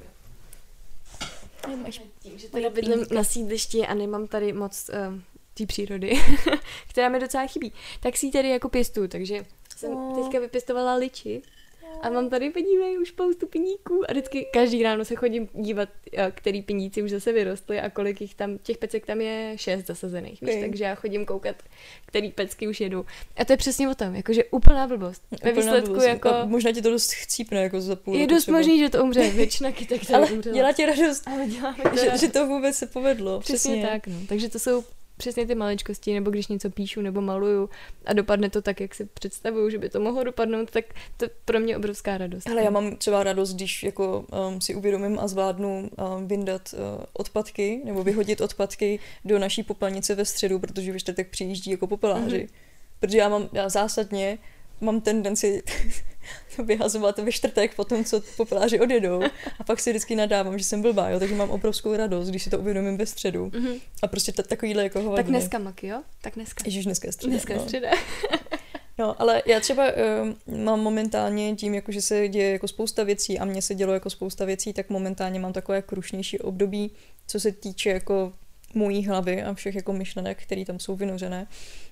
Speaker 1: Tím, že tady bydlím na sídlišti a nemám tady moc té přírody, která mi docela chybí, tak si ji tady jako pěstuju, takže jsem teďka vypěstovala liči. A mám tady, podívej, už spoustu piníků a vždycky každý ráno se chodím dívat, který piníci už zase vyrostly a kolik jich tam, těch pecek tam je 6 zasazených, víš, takže já chodím koukat, který pecky už jedou. A to je přesně o tom, jakože úplná blbost. Ve výsledku blbost. Jako... A
Speaker 2: možná ti to dost chcípne, jako za půl roku.
Speaker 1: Je dost možný, že to umře, většina kytek tady umřela.
Speaker 2: Dělá ti radost, ale že to vůbec se povedlo.
Speaker 1: Přesně tak, no. Takže to jsou přesně ty maličkosti, nebo když něco píšu nebo maluju a dopadne to tak, jak si představuju, že by to mohlo dopadnout, tak to pro mě obrovská radost.
Speaker 2: Ale já mám třeba radost, když jako si uvědomím a zvládnu vyndat odpadky nebo vyhodit odpadky do naší popelnice ve středu, protože ve čtvrtek přijíždí jako popeláři. Protože já zásadně mám tendenci vyhazovat ve čtvrtek po tom, co popeláři odjedou a pak si vždycky nadávám, že jsem blbá, jo, takže mám obrovskou radost, když si to uvědomím ve středu. A prostě takovýhle jako hovadně.
Speaker 1: Tak dneska, Maki, jo? Tak dneska.
Speaker 2: Ježiš, dneska je středa.
Speaker 1: Dneska je středa.
Speaker 2: No, ale já třeba mám momentálně tím, jako, že se děje jako spousta věcí a mně se dělo jako spousta věcí, tak momentálně mám takové krušnější období, co se týče jako mojí hlavy a všech jako myšlenek, které tam jsou vynořené.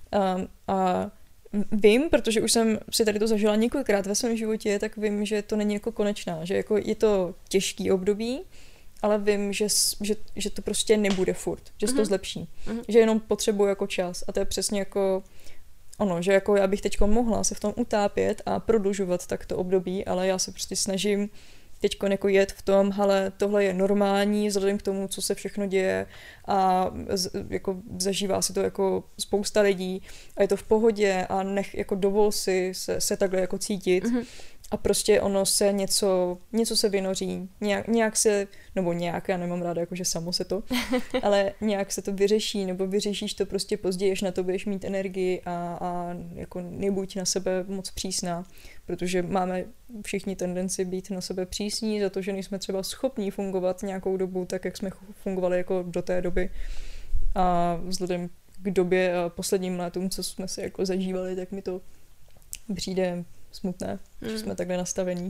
Speaker 2: A vím, protože už jsem si tady to zažila několikrát ve svém životě, tak vím, že to není jako konečná, že jako je to těžký období, ale vím, že to prostě nebude furt, že se to zlepší, že jenom potřebuji jako čas a to je přesně jako ono, že jako já bych teďko mohla se v tom utápět a prodlužovat takto období, ale já se prostě snažím teďko jako jet v tom, hele, tohle je normální vzhledem k tomu, co se všechno děje a jako zažívá si to jako spousta lidí a je to v pohodě a nech jako dovol si se takhle jako cítit a prostě ono se něco se vynoří, nějak se, nebo nějak, já nemám ráda jakože samo se to, ale nějak se to vyřeší, nebo vyřešíš to prostě později, až na to budeš mít energii a jako nebuď na sebe moc přísná, protože máme všichni tendenci být na sebe přísní za to, že nejsme třeba schopní fungovat nějakou dobu tak, jak jsme fungovali jako do té doby a vzhledem k době a posledním letům, co jsme si jako zažívali, tak mi to přijde smutné, že jsme takhle nastavení.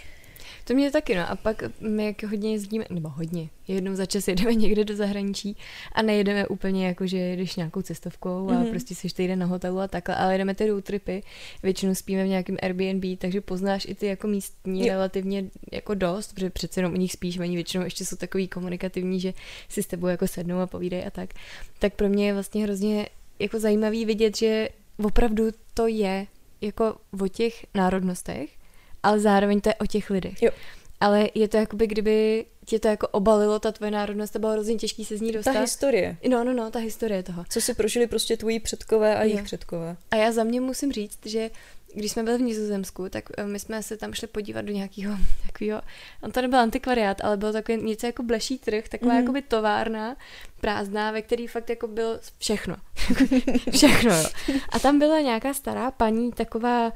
Speaker 1: To mě taky, no. A pak my jak hodně jezdíme, nebo hodně, jednou za čas jedeme někde do zahraničí a nejedeme úplně jako, že jedeš nějakou cestovkou a prostě seš týden na hotelu a takhle, ale jedeme ty road tripy, většinou spíme v nějakém Airbnb, takže poznáš i ty jako místní relativně jako dost, protože přece jenom u nich spíš, oni většinou ještě jsou takový komunikativní, že si s tebou jako sednou a povídej a tak. Tak pro mě je vlastně hrozně jako zajímavý vidět, že opravdu to je jako o těch národnostech, ale zároveň to je o těch lidech. Jo. Ale je to jakoby, kdyby tě to jako obalilo, ta tvoje národnost, to bylo hrozně těžký se z ní dostat.
Speaker 2: Ta historie.
Speaker 1: No, ta historie toho.
Speaker 2: Co si prožili prostě tvoji předkové a jejich předkové.
Speaker 1: A já za mě musím říct, že když jsme byli v Nizozemsku, tak my jsme se tam šli podívat do nějakého takového, on to nebyl antikvariát, ale byl takový něco jako bleší trh, taková jakoby továrna prázdná, ve který fakt jako bylo všechno. Všechno, jo. A tam byla nějaká stará paní, taková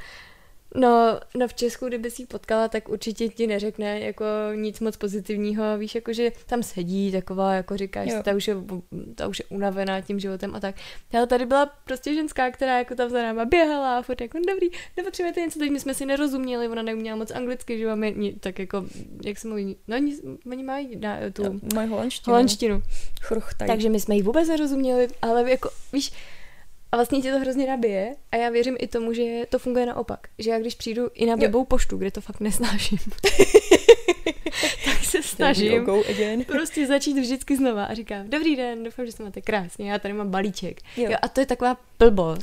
Speaker 1: No v Česku, kdyby si ji potkala, tak určitě ti neřekne jako nic moc pozitivního, víš, jako že tam sedí taková, jako říkáš, ta už je unavená tím životem a tak. Ale tady byla prostě ženská, která jako tam za náma běhala a furt jako dobrý, nepotřebujete něco, teď my jsme si nerozuměli, ona neuměla moc anglicky, že máme tak jako, jak se mluví, no oni mají
Speaker 2: mají
Speaker 1: holandštinu.
Speaker 2: Chrochtaj.
Speaker 1: Takže my jsme jí vůbec nerozuměli, ale jako, víš, a vlastně tě to hrozně nabije a já věřím i tomu, že to funguje naopak. Že já když přijdu i na webovou poštu, kde to fakt nesnáším,
Speaker 2: tak se snažím prostě začít vždycky znova a říkám, dobrý den, doufám, že se máte krásně, já tady mám balíček. Jo, a to je taková blbost.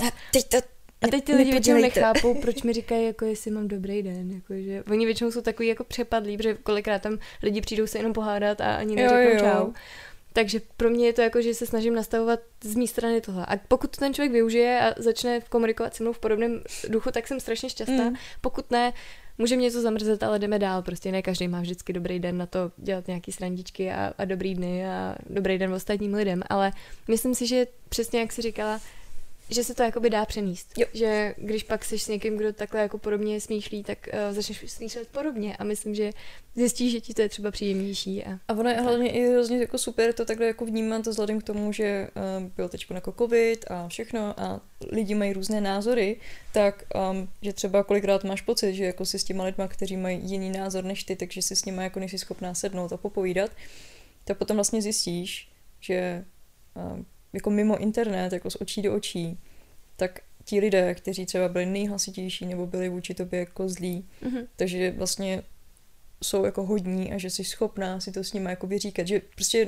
Speaker 2: A teď ty lidi většinou nechápou, proč mi říkají, jako jestli mám dobrý den, jako, že oni většinou jsou takový jako přepadlí, protože kolikrát tam lidi přijdou se jenom pohádat a ani neřeknou čau. Takže pro mě je to jako, že se snažím nastavovat z mé strany tohle. A pokud ten člověk využije a začne komunikovat se mnou v podobném duchu, tak jsem strašně šťastná. Pokud ne, může mě to zamrzet, ale jdeme dál. Prostě ne každý má vždycky dobrý den na to dělat nějaký srandičky a dobrý dny a dobrý den ostatním lidem. Ale myslím si, že přesně jak jsi říkala, že se to jakoby dá přenést. Jo. Že když pak seš s někým, kdo takhle jako podobně smýšlí, tak začneš smýšlet podobně a myslím, že zjistíš, že ti to je třeba příjemnější. A ono
Speaker 1: je hlavně i hrozně jako super to takhle jako vnímat vzhledem k tomu, že byl teď jako covid a všechno a lidi mají různé názory, tak že třeba kolikrát máš pocit, že jako si s těma lidma, kteří mají jiný názor než ty, takže si s nimi jako nejsi schopná sednout a popovídat, tak potom vlastně zjistíš, že jako mimo internet, jako z očí do očí, tak ti lidé, kteří třeba byli nejhlasitější nebo byli vůči tobě jako zlí, takže vlastně jsou jako hodní a že jsi schopná si to s nimi jako vyříkat, že prostě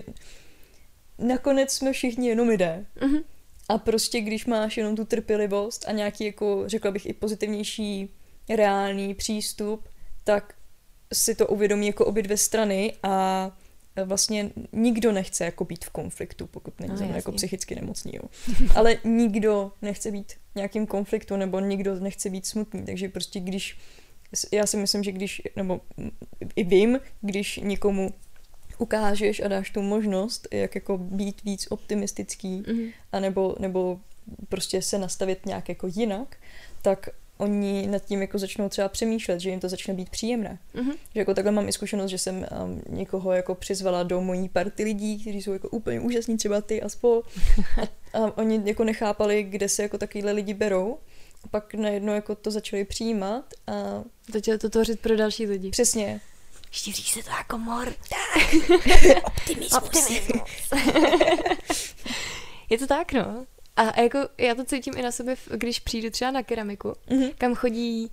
Speaker 1: nakonec jsme všichni jenom lidé. A prostě když máš jenom tu trpělivost a nějaký jako, řekla bych, i pozitivnější reálný přístup, tak si to uvědomí jako obě dvě strany a vlastně nikdo nechce jako být v konfliktu, pokud není jako psychicky nemocný. Jo. Ale nikdo nechce být v nějakým konfliktu nebo nikdo nechce být smutný. Takže prostě já si myslím, že nebo i vím, když někomu ukážeš a dáš tu možnost, jak jako být víc optimistický a nebo prostě se nastavit nějak jako jinak, tak oni nad tím jako začnou třeba přemýšlet, že jim to začne být příjemné. Že jako takhle mám i zkušenost, že jsem někoho jako přizvala do mojí party lidí, kteří jsou jako úplně úžasní, třeba ty a spol. A oni jako nechápali, kde se jako takovýhle lidi berou. A pak najednou jako to začali přijímat a
Speaker 2: začalo to tvořit pro další lidi.
Speaker 1: Přesně.
Speaker 2: Šíří se to jako mor.
Speaker 1: Optimismus.
Speaker 2: Je to tak, no. A jako já to cítím i na sebe, když přijdu třeba na keramiku, kam chodí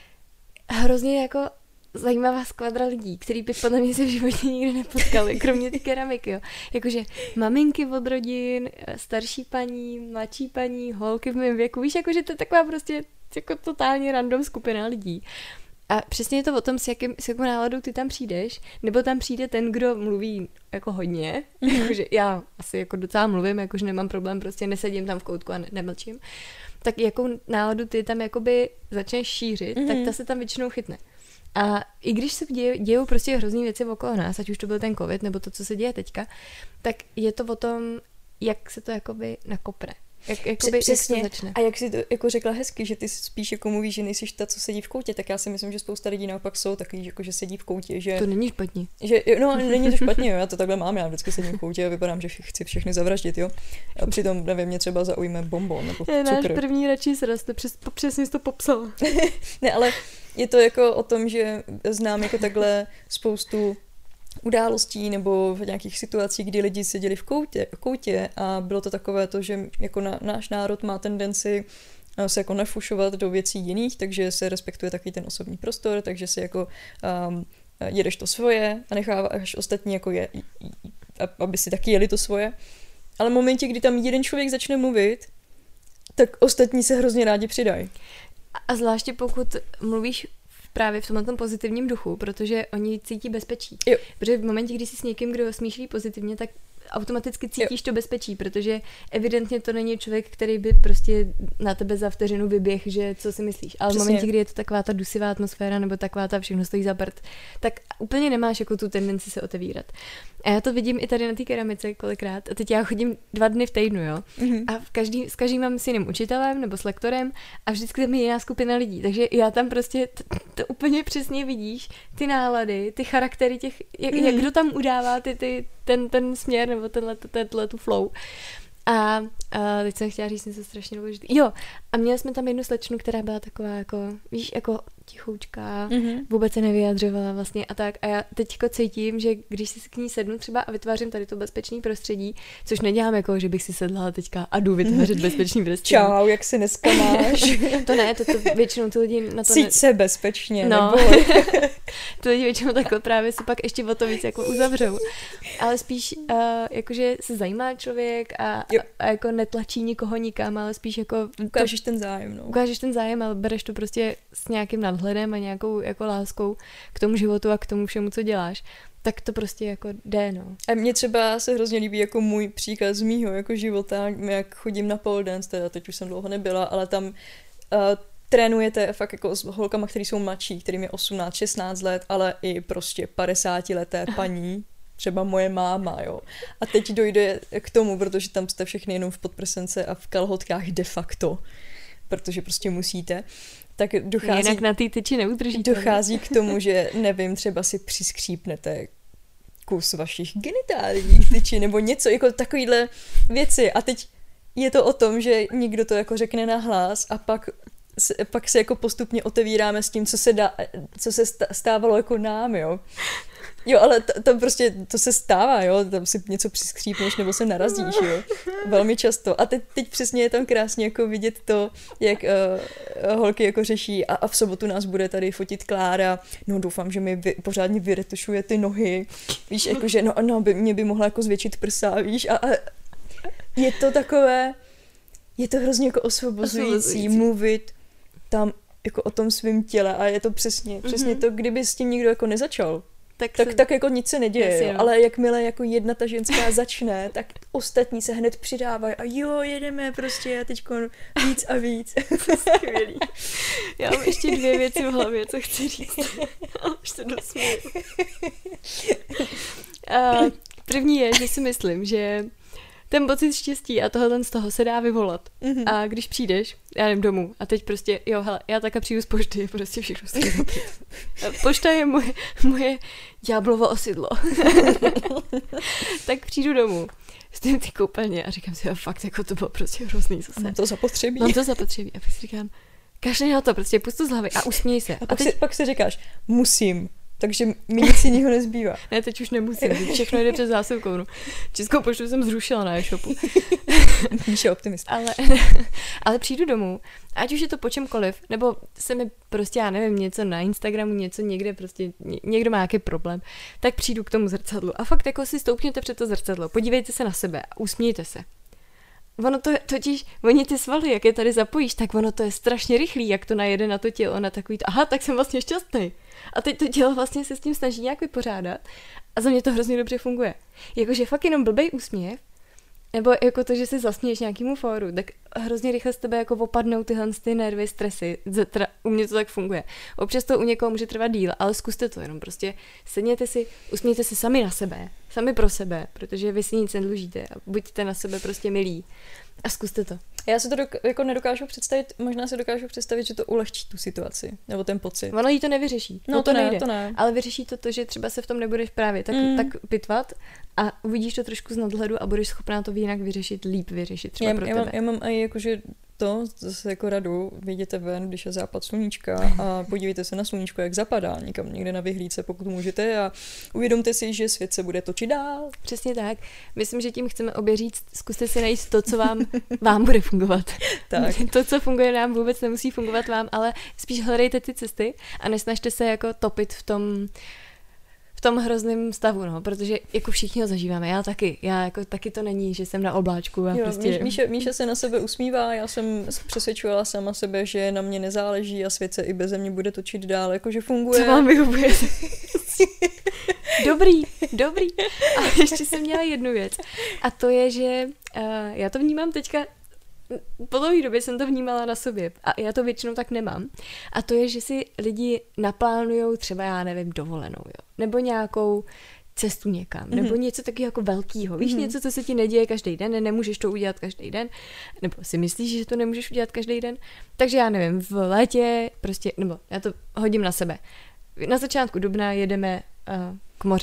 Speaker 2: hrozně jako zajímavá skvadra lidí, který by podle mě se v životě nikdy nepotkali, kromě ty keramiky, jo. Jakože maminky od rodin, starší paní, mladší paní, holky v mém věku, víš, jakože to je taková prostě jako totálně random skupina lidí. A přesně je to o tom, s jakou náladou ty tam přijdeš, nebo tam přijde ten, kdo mluví jako hodně, jakože já asi jako docela mluvím, jakože nemám problém, prostě nesedím tam v koutku a nemlčím, tak jakou náladu ty tam jakoby začneš šířit, tak ta se tam většinou chytne. A i když se dějou prostě hrozný věci okolo nás, ať už to byl ten covid, nebo to, co se děje teďka, tak je to o tom, jak se to jakoby nakopne.
Speaker 1: Přesně.
Speaker 2: Jak to začne.
Speaker 1: A jak jsi to jako řekla hezky, že ty spíš jako mluvíš, že nejsiš ta, co sedí v koutě, tak já si myslím, že spousta lidí naopak jsou takový, jako, že sedí v koutě. Že,
Speaker 2: to není špatně.
Speaker 1: Že, no, není to špatně, jo, já to takhle mám, já vždycky sedím v koutě a vypadám, že chci všechny zavraždit, jo. A přitom, nevím, mě třeba zaujme bonbon nebo cukr.
Speaker 2: Náš první radši sraz, přesně jsi to popsala.
Speaker 1: Ne, ale je to jako o tom, že znám jako takhle spoustu událostí nebo v nějakých situacích, kdy lidi seděli v koutě a bylo to takové to, že jako náš národ má tendenci se jako nefušovat do věcí jiných, takže se respektuje takový ten osobní prostor, takže si jako jedeš to svoje a necháváš ostatní jako aby si taky jeli to svoje. Ale v momentě, kdy tam jeden člověk začne mluvit, tak ostatní se hrozně rádi přidají.
Speaker 2: A zvláště pokud mluvíš právě v tomhle pozitivním duchu, protože oni cítí bezpečí. Jo. Protože v momentě, kdy jsi s někým, kdo smýšlí pozitivně, tak automaticky cítíš to bezpečí, protože evidentně to není člověk, který by prostě na tebe za vteřinu vyběh, že co si myslíš. Ale v momentě, kdy je to taková ta dusivá atmosféra nebo taková ta všechno stojí za prd, tak úplně nemáš jako tu tendenci se otevírat. A já to vidím i tady na té keramice kolikrát. A teď já chodím 2 dny v týdnu, jo. A s každým mám s jiným učitelem nebo s lektorem a vždycky tam je jiná skupina lidí. Takže já tam prostě to úplně přesně vidíš, ty nálady, ty charaktery těch, jak kdo tam udává ten směr nebo tenhle tu flow. A teď jsem chtěla říct něco strašně důležitý. Jo, a měli jsme tam jednu slečnu, která byla taková jako, víš, jako tichoučká, vůbec se nevyjadřovala vlastně a tak. A já teďko cítím, že když si k ní sednu třeba a vytvářím tady to bezpečný prostředí, což nedělám jako, že bych si sedla teďka a jdu vytvářet bezpečný prostředí.
Speaker 1: Čau, jak se dneska máš?
Speaker 2: To ne, to většinou ty lidi na to
Speaker 1: Cít se bezpečně,
Speaker 2: no.
Speaker 1: neboj.
Speaker 2: Ty lidi většinou takhle právě se pak ještě o to víc jako uzavřou. Ale spíš jakože se zajímá člověk a jako netlačí nikoho nikam, ale spíš jako...
Speaker 1: Ukážeš ten zájem, no.
Speaker 2: Ukážeš ten zájem, ale bereš to prostě s nějakým nadhledem a nějakou jako láskou k tomu životu a k tomu všemu, co děláš. Tak to prostě jako jde, no.
Speaker 1: A mně třeba se hrozně líbí jako můj příklad z mýho jako života, jak chodím na pole dance, teda teď už jsem dlouho nebyla, ale tam trénujete fakt jako s holkama, který jsou mladší, kterým je 18, 16 let, ale i prostě 50leté paní, třeba moje máma, jo. A teď dojde k tomu, protože tam jste všechny jenom v podprsence a v kalhotkách de facto, protože prostě musíte, tak dochází...
Speaker 2: Jinak na té tyči neudržíte.
Speaker 1: Dochází k tomu, že nevím, třeba si přiskřípnete kus vašich genitálních tyči nebo něco, jako takovýhle věci. A teď je to o tom, že někdo to jako řekne nahlas a pak se jako postupně otevíráme s tím, co se stávalo jako nám, jo. Jo, ale to prostě, to se stává, jo, tam si něco přiskřípneš nebo se narazíš, jo, velmi často. A teď přesně je tam krásně jako vidět to, jak holky jako řeší a v sobotu nás bude tady fotit Klára, no doufám, že mi pořádně vyretušuje ty nohy, víš, jakože, no mě by mohla jako zvětšit prsa, víš, a je to takové, je to hrozně jako osvobozující mluvit tam jako o tom svém těle a je to přesně to, kdyby s tím nikdo jako nezačal. Tak jako nic se neděje, jo. Ale jakmile jako jedna ta ženská začne, tak ostatní se hned přidávají a jo, jedeme prostě a teďko víc a víc.
Speaker 2: Skvělý. Já mám ještě 2 věci v hlavě, co chci říct. Už se dosměju. První je, že si myslím, že ten pocit štěstí a tohle z toho se dá vyvolat. A když přijdeš, já nevím, domů a teď prostě, jo, hele, já také přijdu z pošty, prostě všechno se dobrý. Pošta je moje ďáblovo osidlo. Tak přijdu domů, stojím ty koupelně a říkám si, fakt, jako to bylo prostě hrozný zase.
Speaker 1: Mám to zapotřebí.
Speaker 2: A pak si říkám, kašli na to, prostě pustu z hlavy a usměj se.
Speaker 1: A pak si říkáš, musím. Takže mi nic jiného nezbývá.
Speaker 2: Ne, teď už nemusím, všechno jde přes zásilkovnu. Českou poštu jsem zrušila na e-shopu.
Speaker 1: Míša optimist.
Speaker 2: Ale přijdu domů, ať už je to po čemkoliv, nebo se mi prostě, já nevím, něco na Instagramu, něco někde, prostě někdo má nějaký problém, tak přijdu k tomu zrcadlu. A fakt jako si stoupněte před to zrcadlo, podívejte se na sebe a usmějte se. Ono to totiž, oni ty svaly, jak je tady zapojíš, tak ono to je strašně rychlý, jak to najede na to tělo, na takový to, aha, tak jsem vlastně šťastný. A teď to tělo vlastně se s tím snaží nějak vypořádat a za mě to hrozně dobře funguje. Jakože fakt jenom blbej úsměv, nebo jako to, že si zasměješ nějakému fóru, tak hrozně rychle z tebe jako opadnou tyhle ty nervy, stresy. U mě to tak funguje. Občas to u někoho může trvat díl, ale zkuste to jenom. Prostě sedněte si, usmějte si sami na sebe, sami pro sebe, protože vy si nic nedlužíte a buďte na sebe prostě milí. A zkuste to.
Speaker 1: Já si to jako nedokážu představit, možná si dokážu představit, že to ulehčí tu situaci, nebo ten pocit.
Speaker 2: Ono jí to nevyřeší.
Speaker 1: No to nejde. To ne.
Speaker 2: Ale vyřeší to, že třeba se v tom nebudeš právě tak pitvat a uvidíš to trošku z nadhledu a budeš schopná to jinak vyřešit, líp vyřešit třeba pro tebe.
Speaker 1: Já mám i jakože to zase jako radu, vyjděte ven, když je západ sluníčka a podívejte se na sluníčko, jak zapadá někam někde na vyhlídce, pokud můžete a uvědomte si, že svět se bude točit dál.
Speaker 2: Přesně tak. Myslím, že tím chceme obě říct, zkuste si najít to, co vám bude fungovat.
Speaker 1: Tak.
Speaker 2: To, co funguje nám, vůbec nemusí fungovat vám, ale spíš hledejte ty cesty a nesnažte se jako topit v tom hrozném stavu, no, protože jako všichni ho zažíváme, já jako taky to není, že jsem na obláčku a
Speaker 1: jo,
Speaker 2: prostě...
Speaker 1: Míša se na sebe usmívá, já jsem přesvědčovala sama sebe, že na mě nezáleží a svět se i beze mě bude točit dál, jakože funguje.
Speaker 2: Co vám vyhovuje? Dobrý. A ještě jsem měla jednu věc a to je, že já to vnímám teďka, po dlouhé době jsem to vnímala na sobě a já to většinou tak nemám. A to je, že si lidi naplánujou třeba, já nevím, dovolenou, jo. Nebo nějakou cestu někam, nebo něco takového jako velkýho. Víš, něco, co se ti neděje každý den, nemůžeš to udělat každý den, nebo si myslíš, že to nemůžeš udělat každý den. Takže já nevím, v létě prostě, nebo já to hodím na sebe. Na začátku dubna jedeme k moři,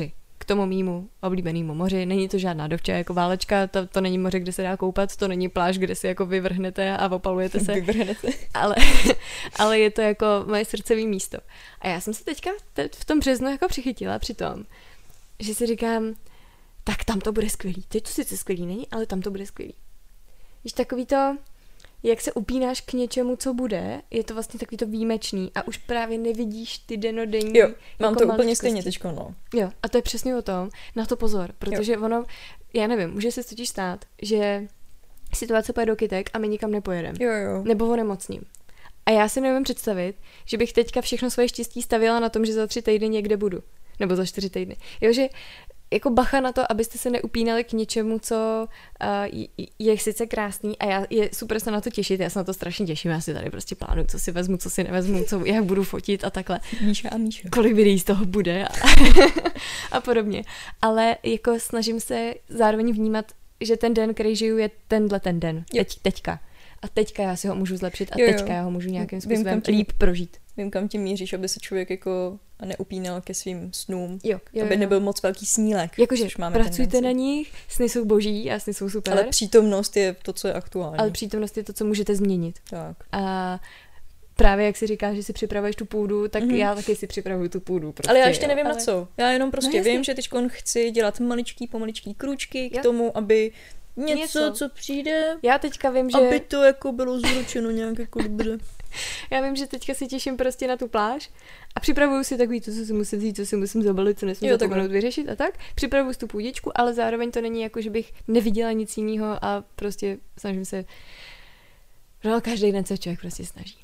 Speaker 2: k tomu mýmu oblíbenému moři. Není to žádná dovča jako Válečka, to není moře, kde se dá koupat, to není pláž, kde si jako vyvrhnete a opalujete se.
Speaker 1: Vyvrhnete.
Speaker 2: Ale je to jako moje srdcové místo. A já jsem se teďka v tom březnu jako přichytila při tom, že si říkám, tak tam to bude skvělý. Teď to sice skvělý není, ale tam to bude skvělý. Víš, takový to, jak se upínáš k něčemu, co bude, je to vlastně takový to výjimečný a už právě nevidíš ty denodenní.
Speaker 1: Jo, mám
Speaker 2: jako
Speaker 1: to úplně stejně teďko, no.
Speaker 2: Jo, a to je přesně o tom, na to pozor, protože ono, já nevím, může se totiž stát, že situace pojede do kytek a my nikam nepojedeme.
Speaker 1: Jo.
Speaker 2: Nebo onemocním. A já si nevím představit, že bych teďka všechno svoje štěstí stavěla na tom, že za 3 týdny někde budu. Nebo za 4 týdny. Jo, že jako bacha na to, abyste se neupínali k něčemu, co je sice krásný a je super se na to těšit, já se na to strašně těším, já si tady prostě plánuju, co si vezmu, co si nevezmu, jak budu fotit a takhle.
Speaker 1: Míša.
Speaker 2: Kolik videí z toho bude a podobně. Ale jako snažím se zároveň vnímat, že ten den, který žiju, je ten den. Teďka. A teďka já si ho můžu zlepšit a teďka já ho můžu nějakým způsobem líp prožít.
Speaker 1: Vím, kam tím míříš, aby se člověk jako neupínal ke svým snům.
Speaker 2: Jo.
Speaker 1: Aby nebyl moc velký snílek.
Speaker 2: Jakože pracujte na nich, sny jsou boží a sny jsou super.
Speaker 1: Ale přítomnost je to, co je aktuální.
Speaker 2: Ale přítomnost je to, co můžete změnit.
Speaker 1: Tak.
Speaker 2: A právě jak si říkáš, že si připravuješ tu půdu, tak já taky si připravuju tu půdu. Prostě,
Speaker 1: ale já ještě nevím na co. Já jenom prostě
Speaker 2: no,
Speaker 1: vím, že teď chci dělat pomaličký krůčky k tomu, aby něco, co přijde,
Speaker 2: já teďka vím, že
Speaker 1: aby to jako bylo zručeno nějak jako dobře.
Speaker 2: Já vím, že teďka si těším prostě na tu pláž a připravuju si takový to, co si musím vzít, co si musím zabalit, co nesmím zapomenout vyřešit a tak. Připravuju si tu půdičku, ale zároveň to není jako, že bych neviděla nic jiného a prostě snažím se. No, každý den se člověk prostě snaží.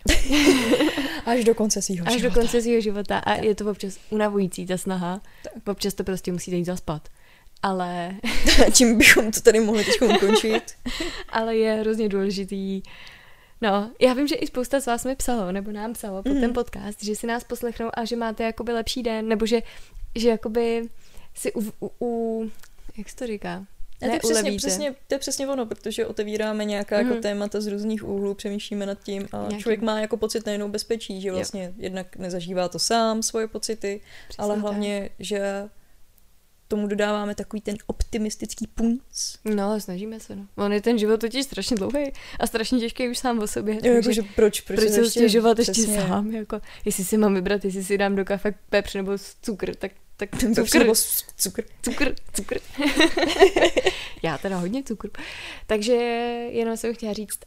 Speaker 1: Až do konce svýho
Speaker 2: života. A tak. Je to občas unavující ta snaha. Tak. Občas to prostě musíte jít zaspat. Ale
Speaker 1: tím bychom to tady mohli teď ukončit.
Speaker 2: Ale je hrozně důležitý. No, já vím, že i spousta z vás mi psalo, nebo nám psalo pod ten podcast, že si nás poslechnou a že máte jakoby lepší den, nebo že jakoby si jak se to říká?
Speaker 1: To je přesně ono, protože otevíráme nějaká jako témata z různých úhlů, přemýšlíme nad tím a člověk má jako pocit nejenom bezpečí, že vlastně jednak nezažívá to sám, svoje pocity, přesně ale hlavně, že tomu dodáváme takový ten optimistický punc.
Speaker 2: No, snažíme se, no. On je ten život totiž strašně dlouhý a strašně těžký už sám o sobě.
Speaker 1: Jo, jakože proč
Speaker 2: se stěžovat ještě sám, jako, jestli si mám vybrat, jestli si dám do kafe pepř nebo cukr, tak cukr. Já teda hodně cukru. Takže jenom jsem chtěla říct,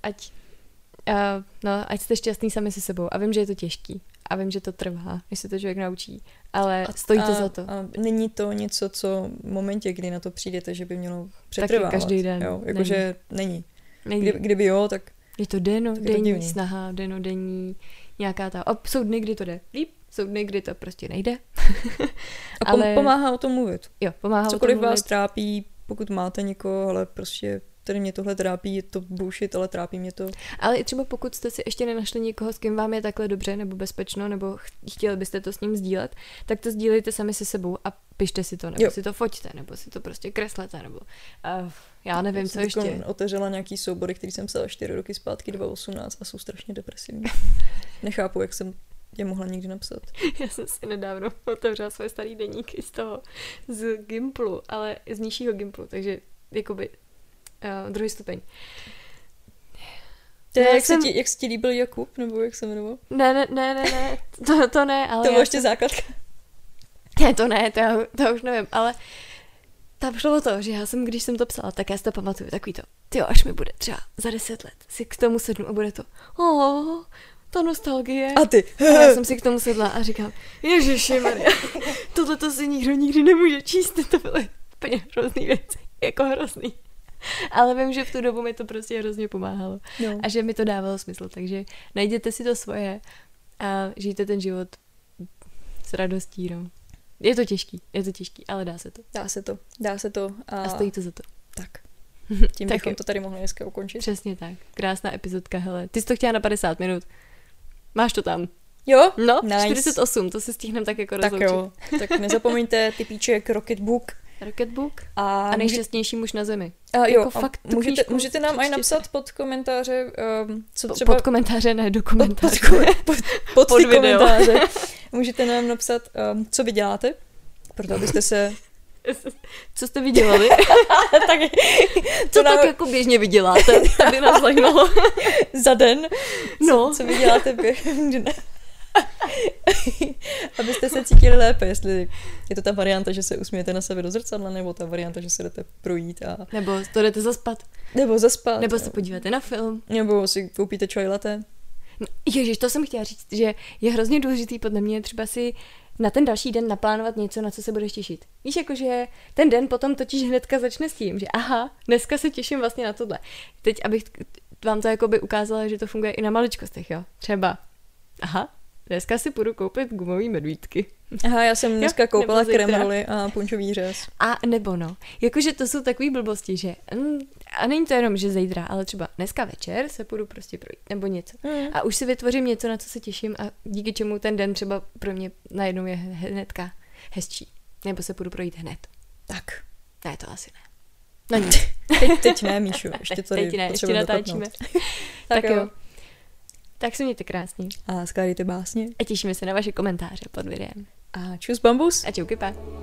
Speaker 2: ať jste šťastný sami se sebou. A vím, že je to těžký. A vím, že to trvá, než se to člověk naučí. Ale stojí to za to.
Speaker 1: A není to něco, co v momentě, kdy na to přijdete, že by mělo přetrvávat.
Speaker 2: Taky každý den.
Speaker 1: Jo, jakože není. Kdyby jo, tak
Speaker 2: je to denní snaha, denní nějaká ta. Jsou dny, kdy to jde líp, jsou dny, kdy to prostě nejde.
Speaker 1: Ale pomáhá o tom mluvit.
Speaker 2: Jo, pomáhá
Speaker 1: cokoliv
Speaker 2: o tom mluvit.
Speaker 1: Vás trápí, pokud máte někoho, ale prostě tady mě tohle trápí, je to bullshit, ale trápí mě to.
Speaker 2: Ale i třeba pokud jste si ještě nenašli někoho, s kým vám je takhle dobře nebo bezpečno, nebo chtěli byste to s ním sdílet, tak to sdílejte sami se sebou a pište si to, nebo si to foťte, nebo si to prostě kreslete, nebo já nevím, co ještě.
Speaker 1: Otevřela nějaký soubory, který jsem psala 4 roky zpátky, 2018 a jsou strašně depresivní. Nechápu, jak jsem je mohla někdy napsat.
Speaker 2: Já jsem si nedávno otevřela svoje starý deníky z Gimplu, ale z nižšího Gimplu, takže jakoby druhý stupeň.
Speaker 1: Jak se ti líbil Jakub, nebo jak se jmenoval?
Speaker 2: Ne, to ne, ale...
Speaker 1: To bylo ještě základka.
Speaker 2: Ne, to už nevím, ale tam šlo o to, že já jsem, když jsem to psala, tak já si to pamatuju, takový to, tyjo, až mi bude třeba za 10 let, si k tomu sednu a bude to, ta nostalgie.
Speaker 1: A ty.
Speaker 2: A já jsem si k tomu sedla a říkám, ježišimarja, tohleto si nikdy nemůže číst, to byly úplně hrozný věci, jako hrozný. Ale vím, že v tu dobu mi to prostě hrozně pomáhalo. No. A že mi to dávalo smysl. Takže najděte si to svoje a žijte ten život s radostí. No. Je to těžký, ale dá se to. A stojí to za to.
Speaker 1: Tak. Tím bychom to tady mohli dneska ukončit.
Speaker 2: Přesně tak. Krásná epizodka, hele. Ty jsi to chtěla na 50 minut. Máš to tam.
Speaker 1: Jo?
Speaker 2: No,
Speaker 1: nice.
Speaker 2: 48, to si stihneme tak jako rozloučit.
Speaker 1: Tak jo. Tak nezapomeňte typíček Rocketbook
Speaker 2: a nejšťastnější muž na zemi.
Speaker 1: Jo,
Speaker 2: jako fakt
Speaker 1: můžete nám aj napsat pod komentáře, co třeba...
Speaker 2: Pod komentáře, ne, do komentáře.
Speaker 1: Pod komentáře. Můžete nám napsat, co vy děláte, proto abyste se
Speaker 2: Co jste vydělali? Co
Speaker 1: nám...
Speaker 2: tak jako běžně vyděláte? To by nás zajímalo.
Speaker 1: Za den?
Speaker 2: No.
Speaker 1: Co vyděláte během dne? Abyste se cítili lépe, jestli je to ta varianta, že se usmějete na sebe do zrcadla, nebo ta varianta, že se jdete projít a...
Speaker 2: Nebo to jdete zaspat.
Speaker 1: Nebo zaspat.
Speaker 2: Nebo se podíváte na film.
Speaker 1: Nebo si koupíte čaj latte.
Speaker 2: No, ježiš, to jsem chtěla říct, že je hrozně důležitý podle mě třeba si na ten další den naplánovat něco, na co se budeš těšit. Víš, jakože ten den potom totiž hnedka začne s tím, že aha, dneska se těším vlastně na tohle. Teď, abych vám to jakoby ukázala, že to funguje i na maličkostech, jo. Třeba, aha, dneska si půjdu koupit gumový medvídky.
Speaker 1: Aha, já jsem dneska koupila kremroly a punčový řez.
Speaker 2: A nebo no, jakože to jsou takový blbosti, že a není to jenom, že zítra, ale třeba dneska večer se půjdu prostě projít nebo něco. A už si vytvořím něco, na co se těším a díky čemu ten den třeba pro mě najednou je hnedka hezčí. Nebo se půjdu projít hned.
Speaker 1: Tak.
Speaker 2: Ne, to asi ne. No nic.
Speaker 1: Teď ne, Míšu, ještě tady
Speaker 2: teď ne, ještě natáčíme. Tak jo. Tak se mějte krásně.
Speaker 1: A skládejte básně.
Speaker 2: A těšíme se na vaše komentáře pod videem.
Speaker 1: A čus bambus.
Speaker 2: A čauky pa.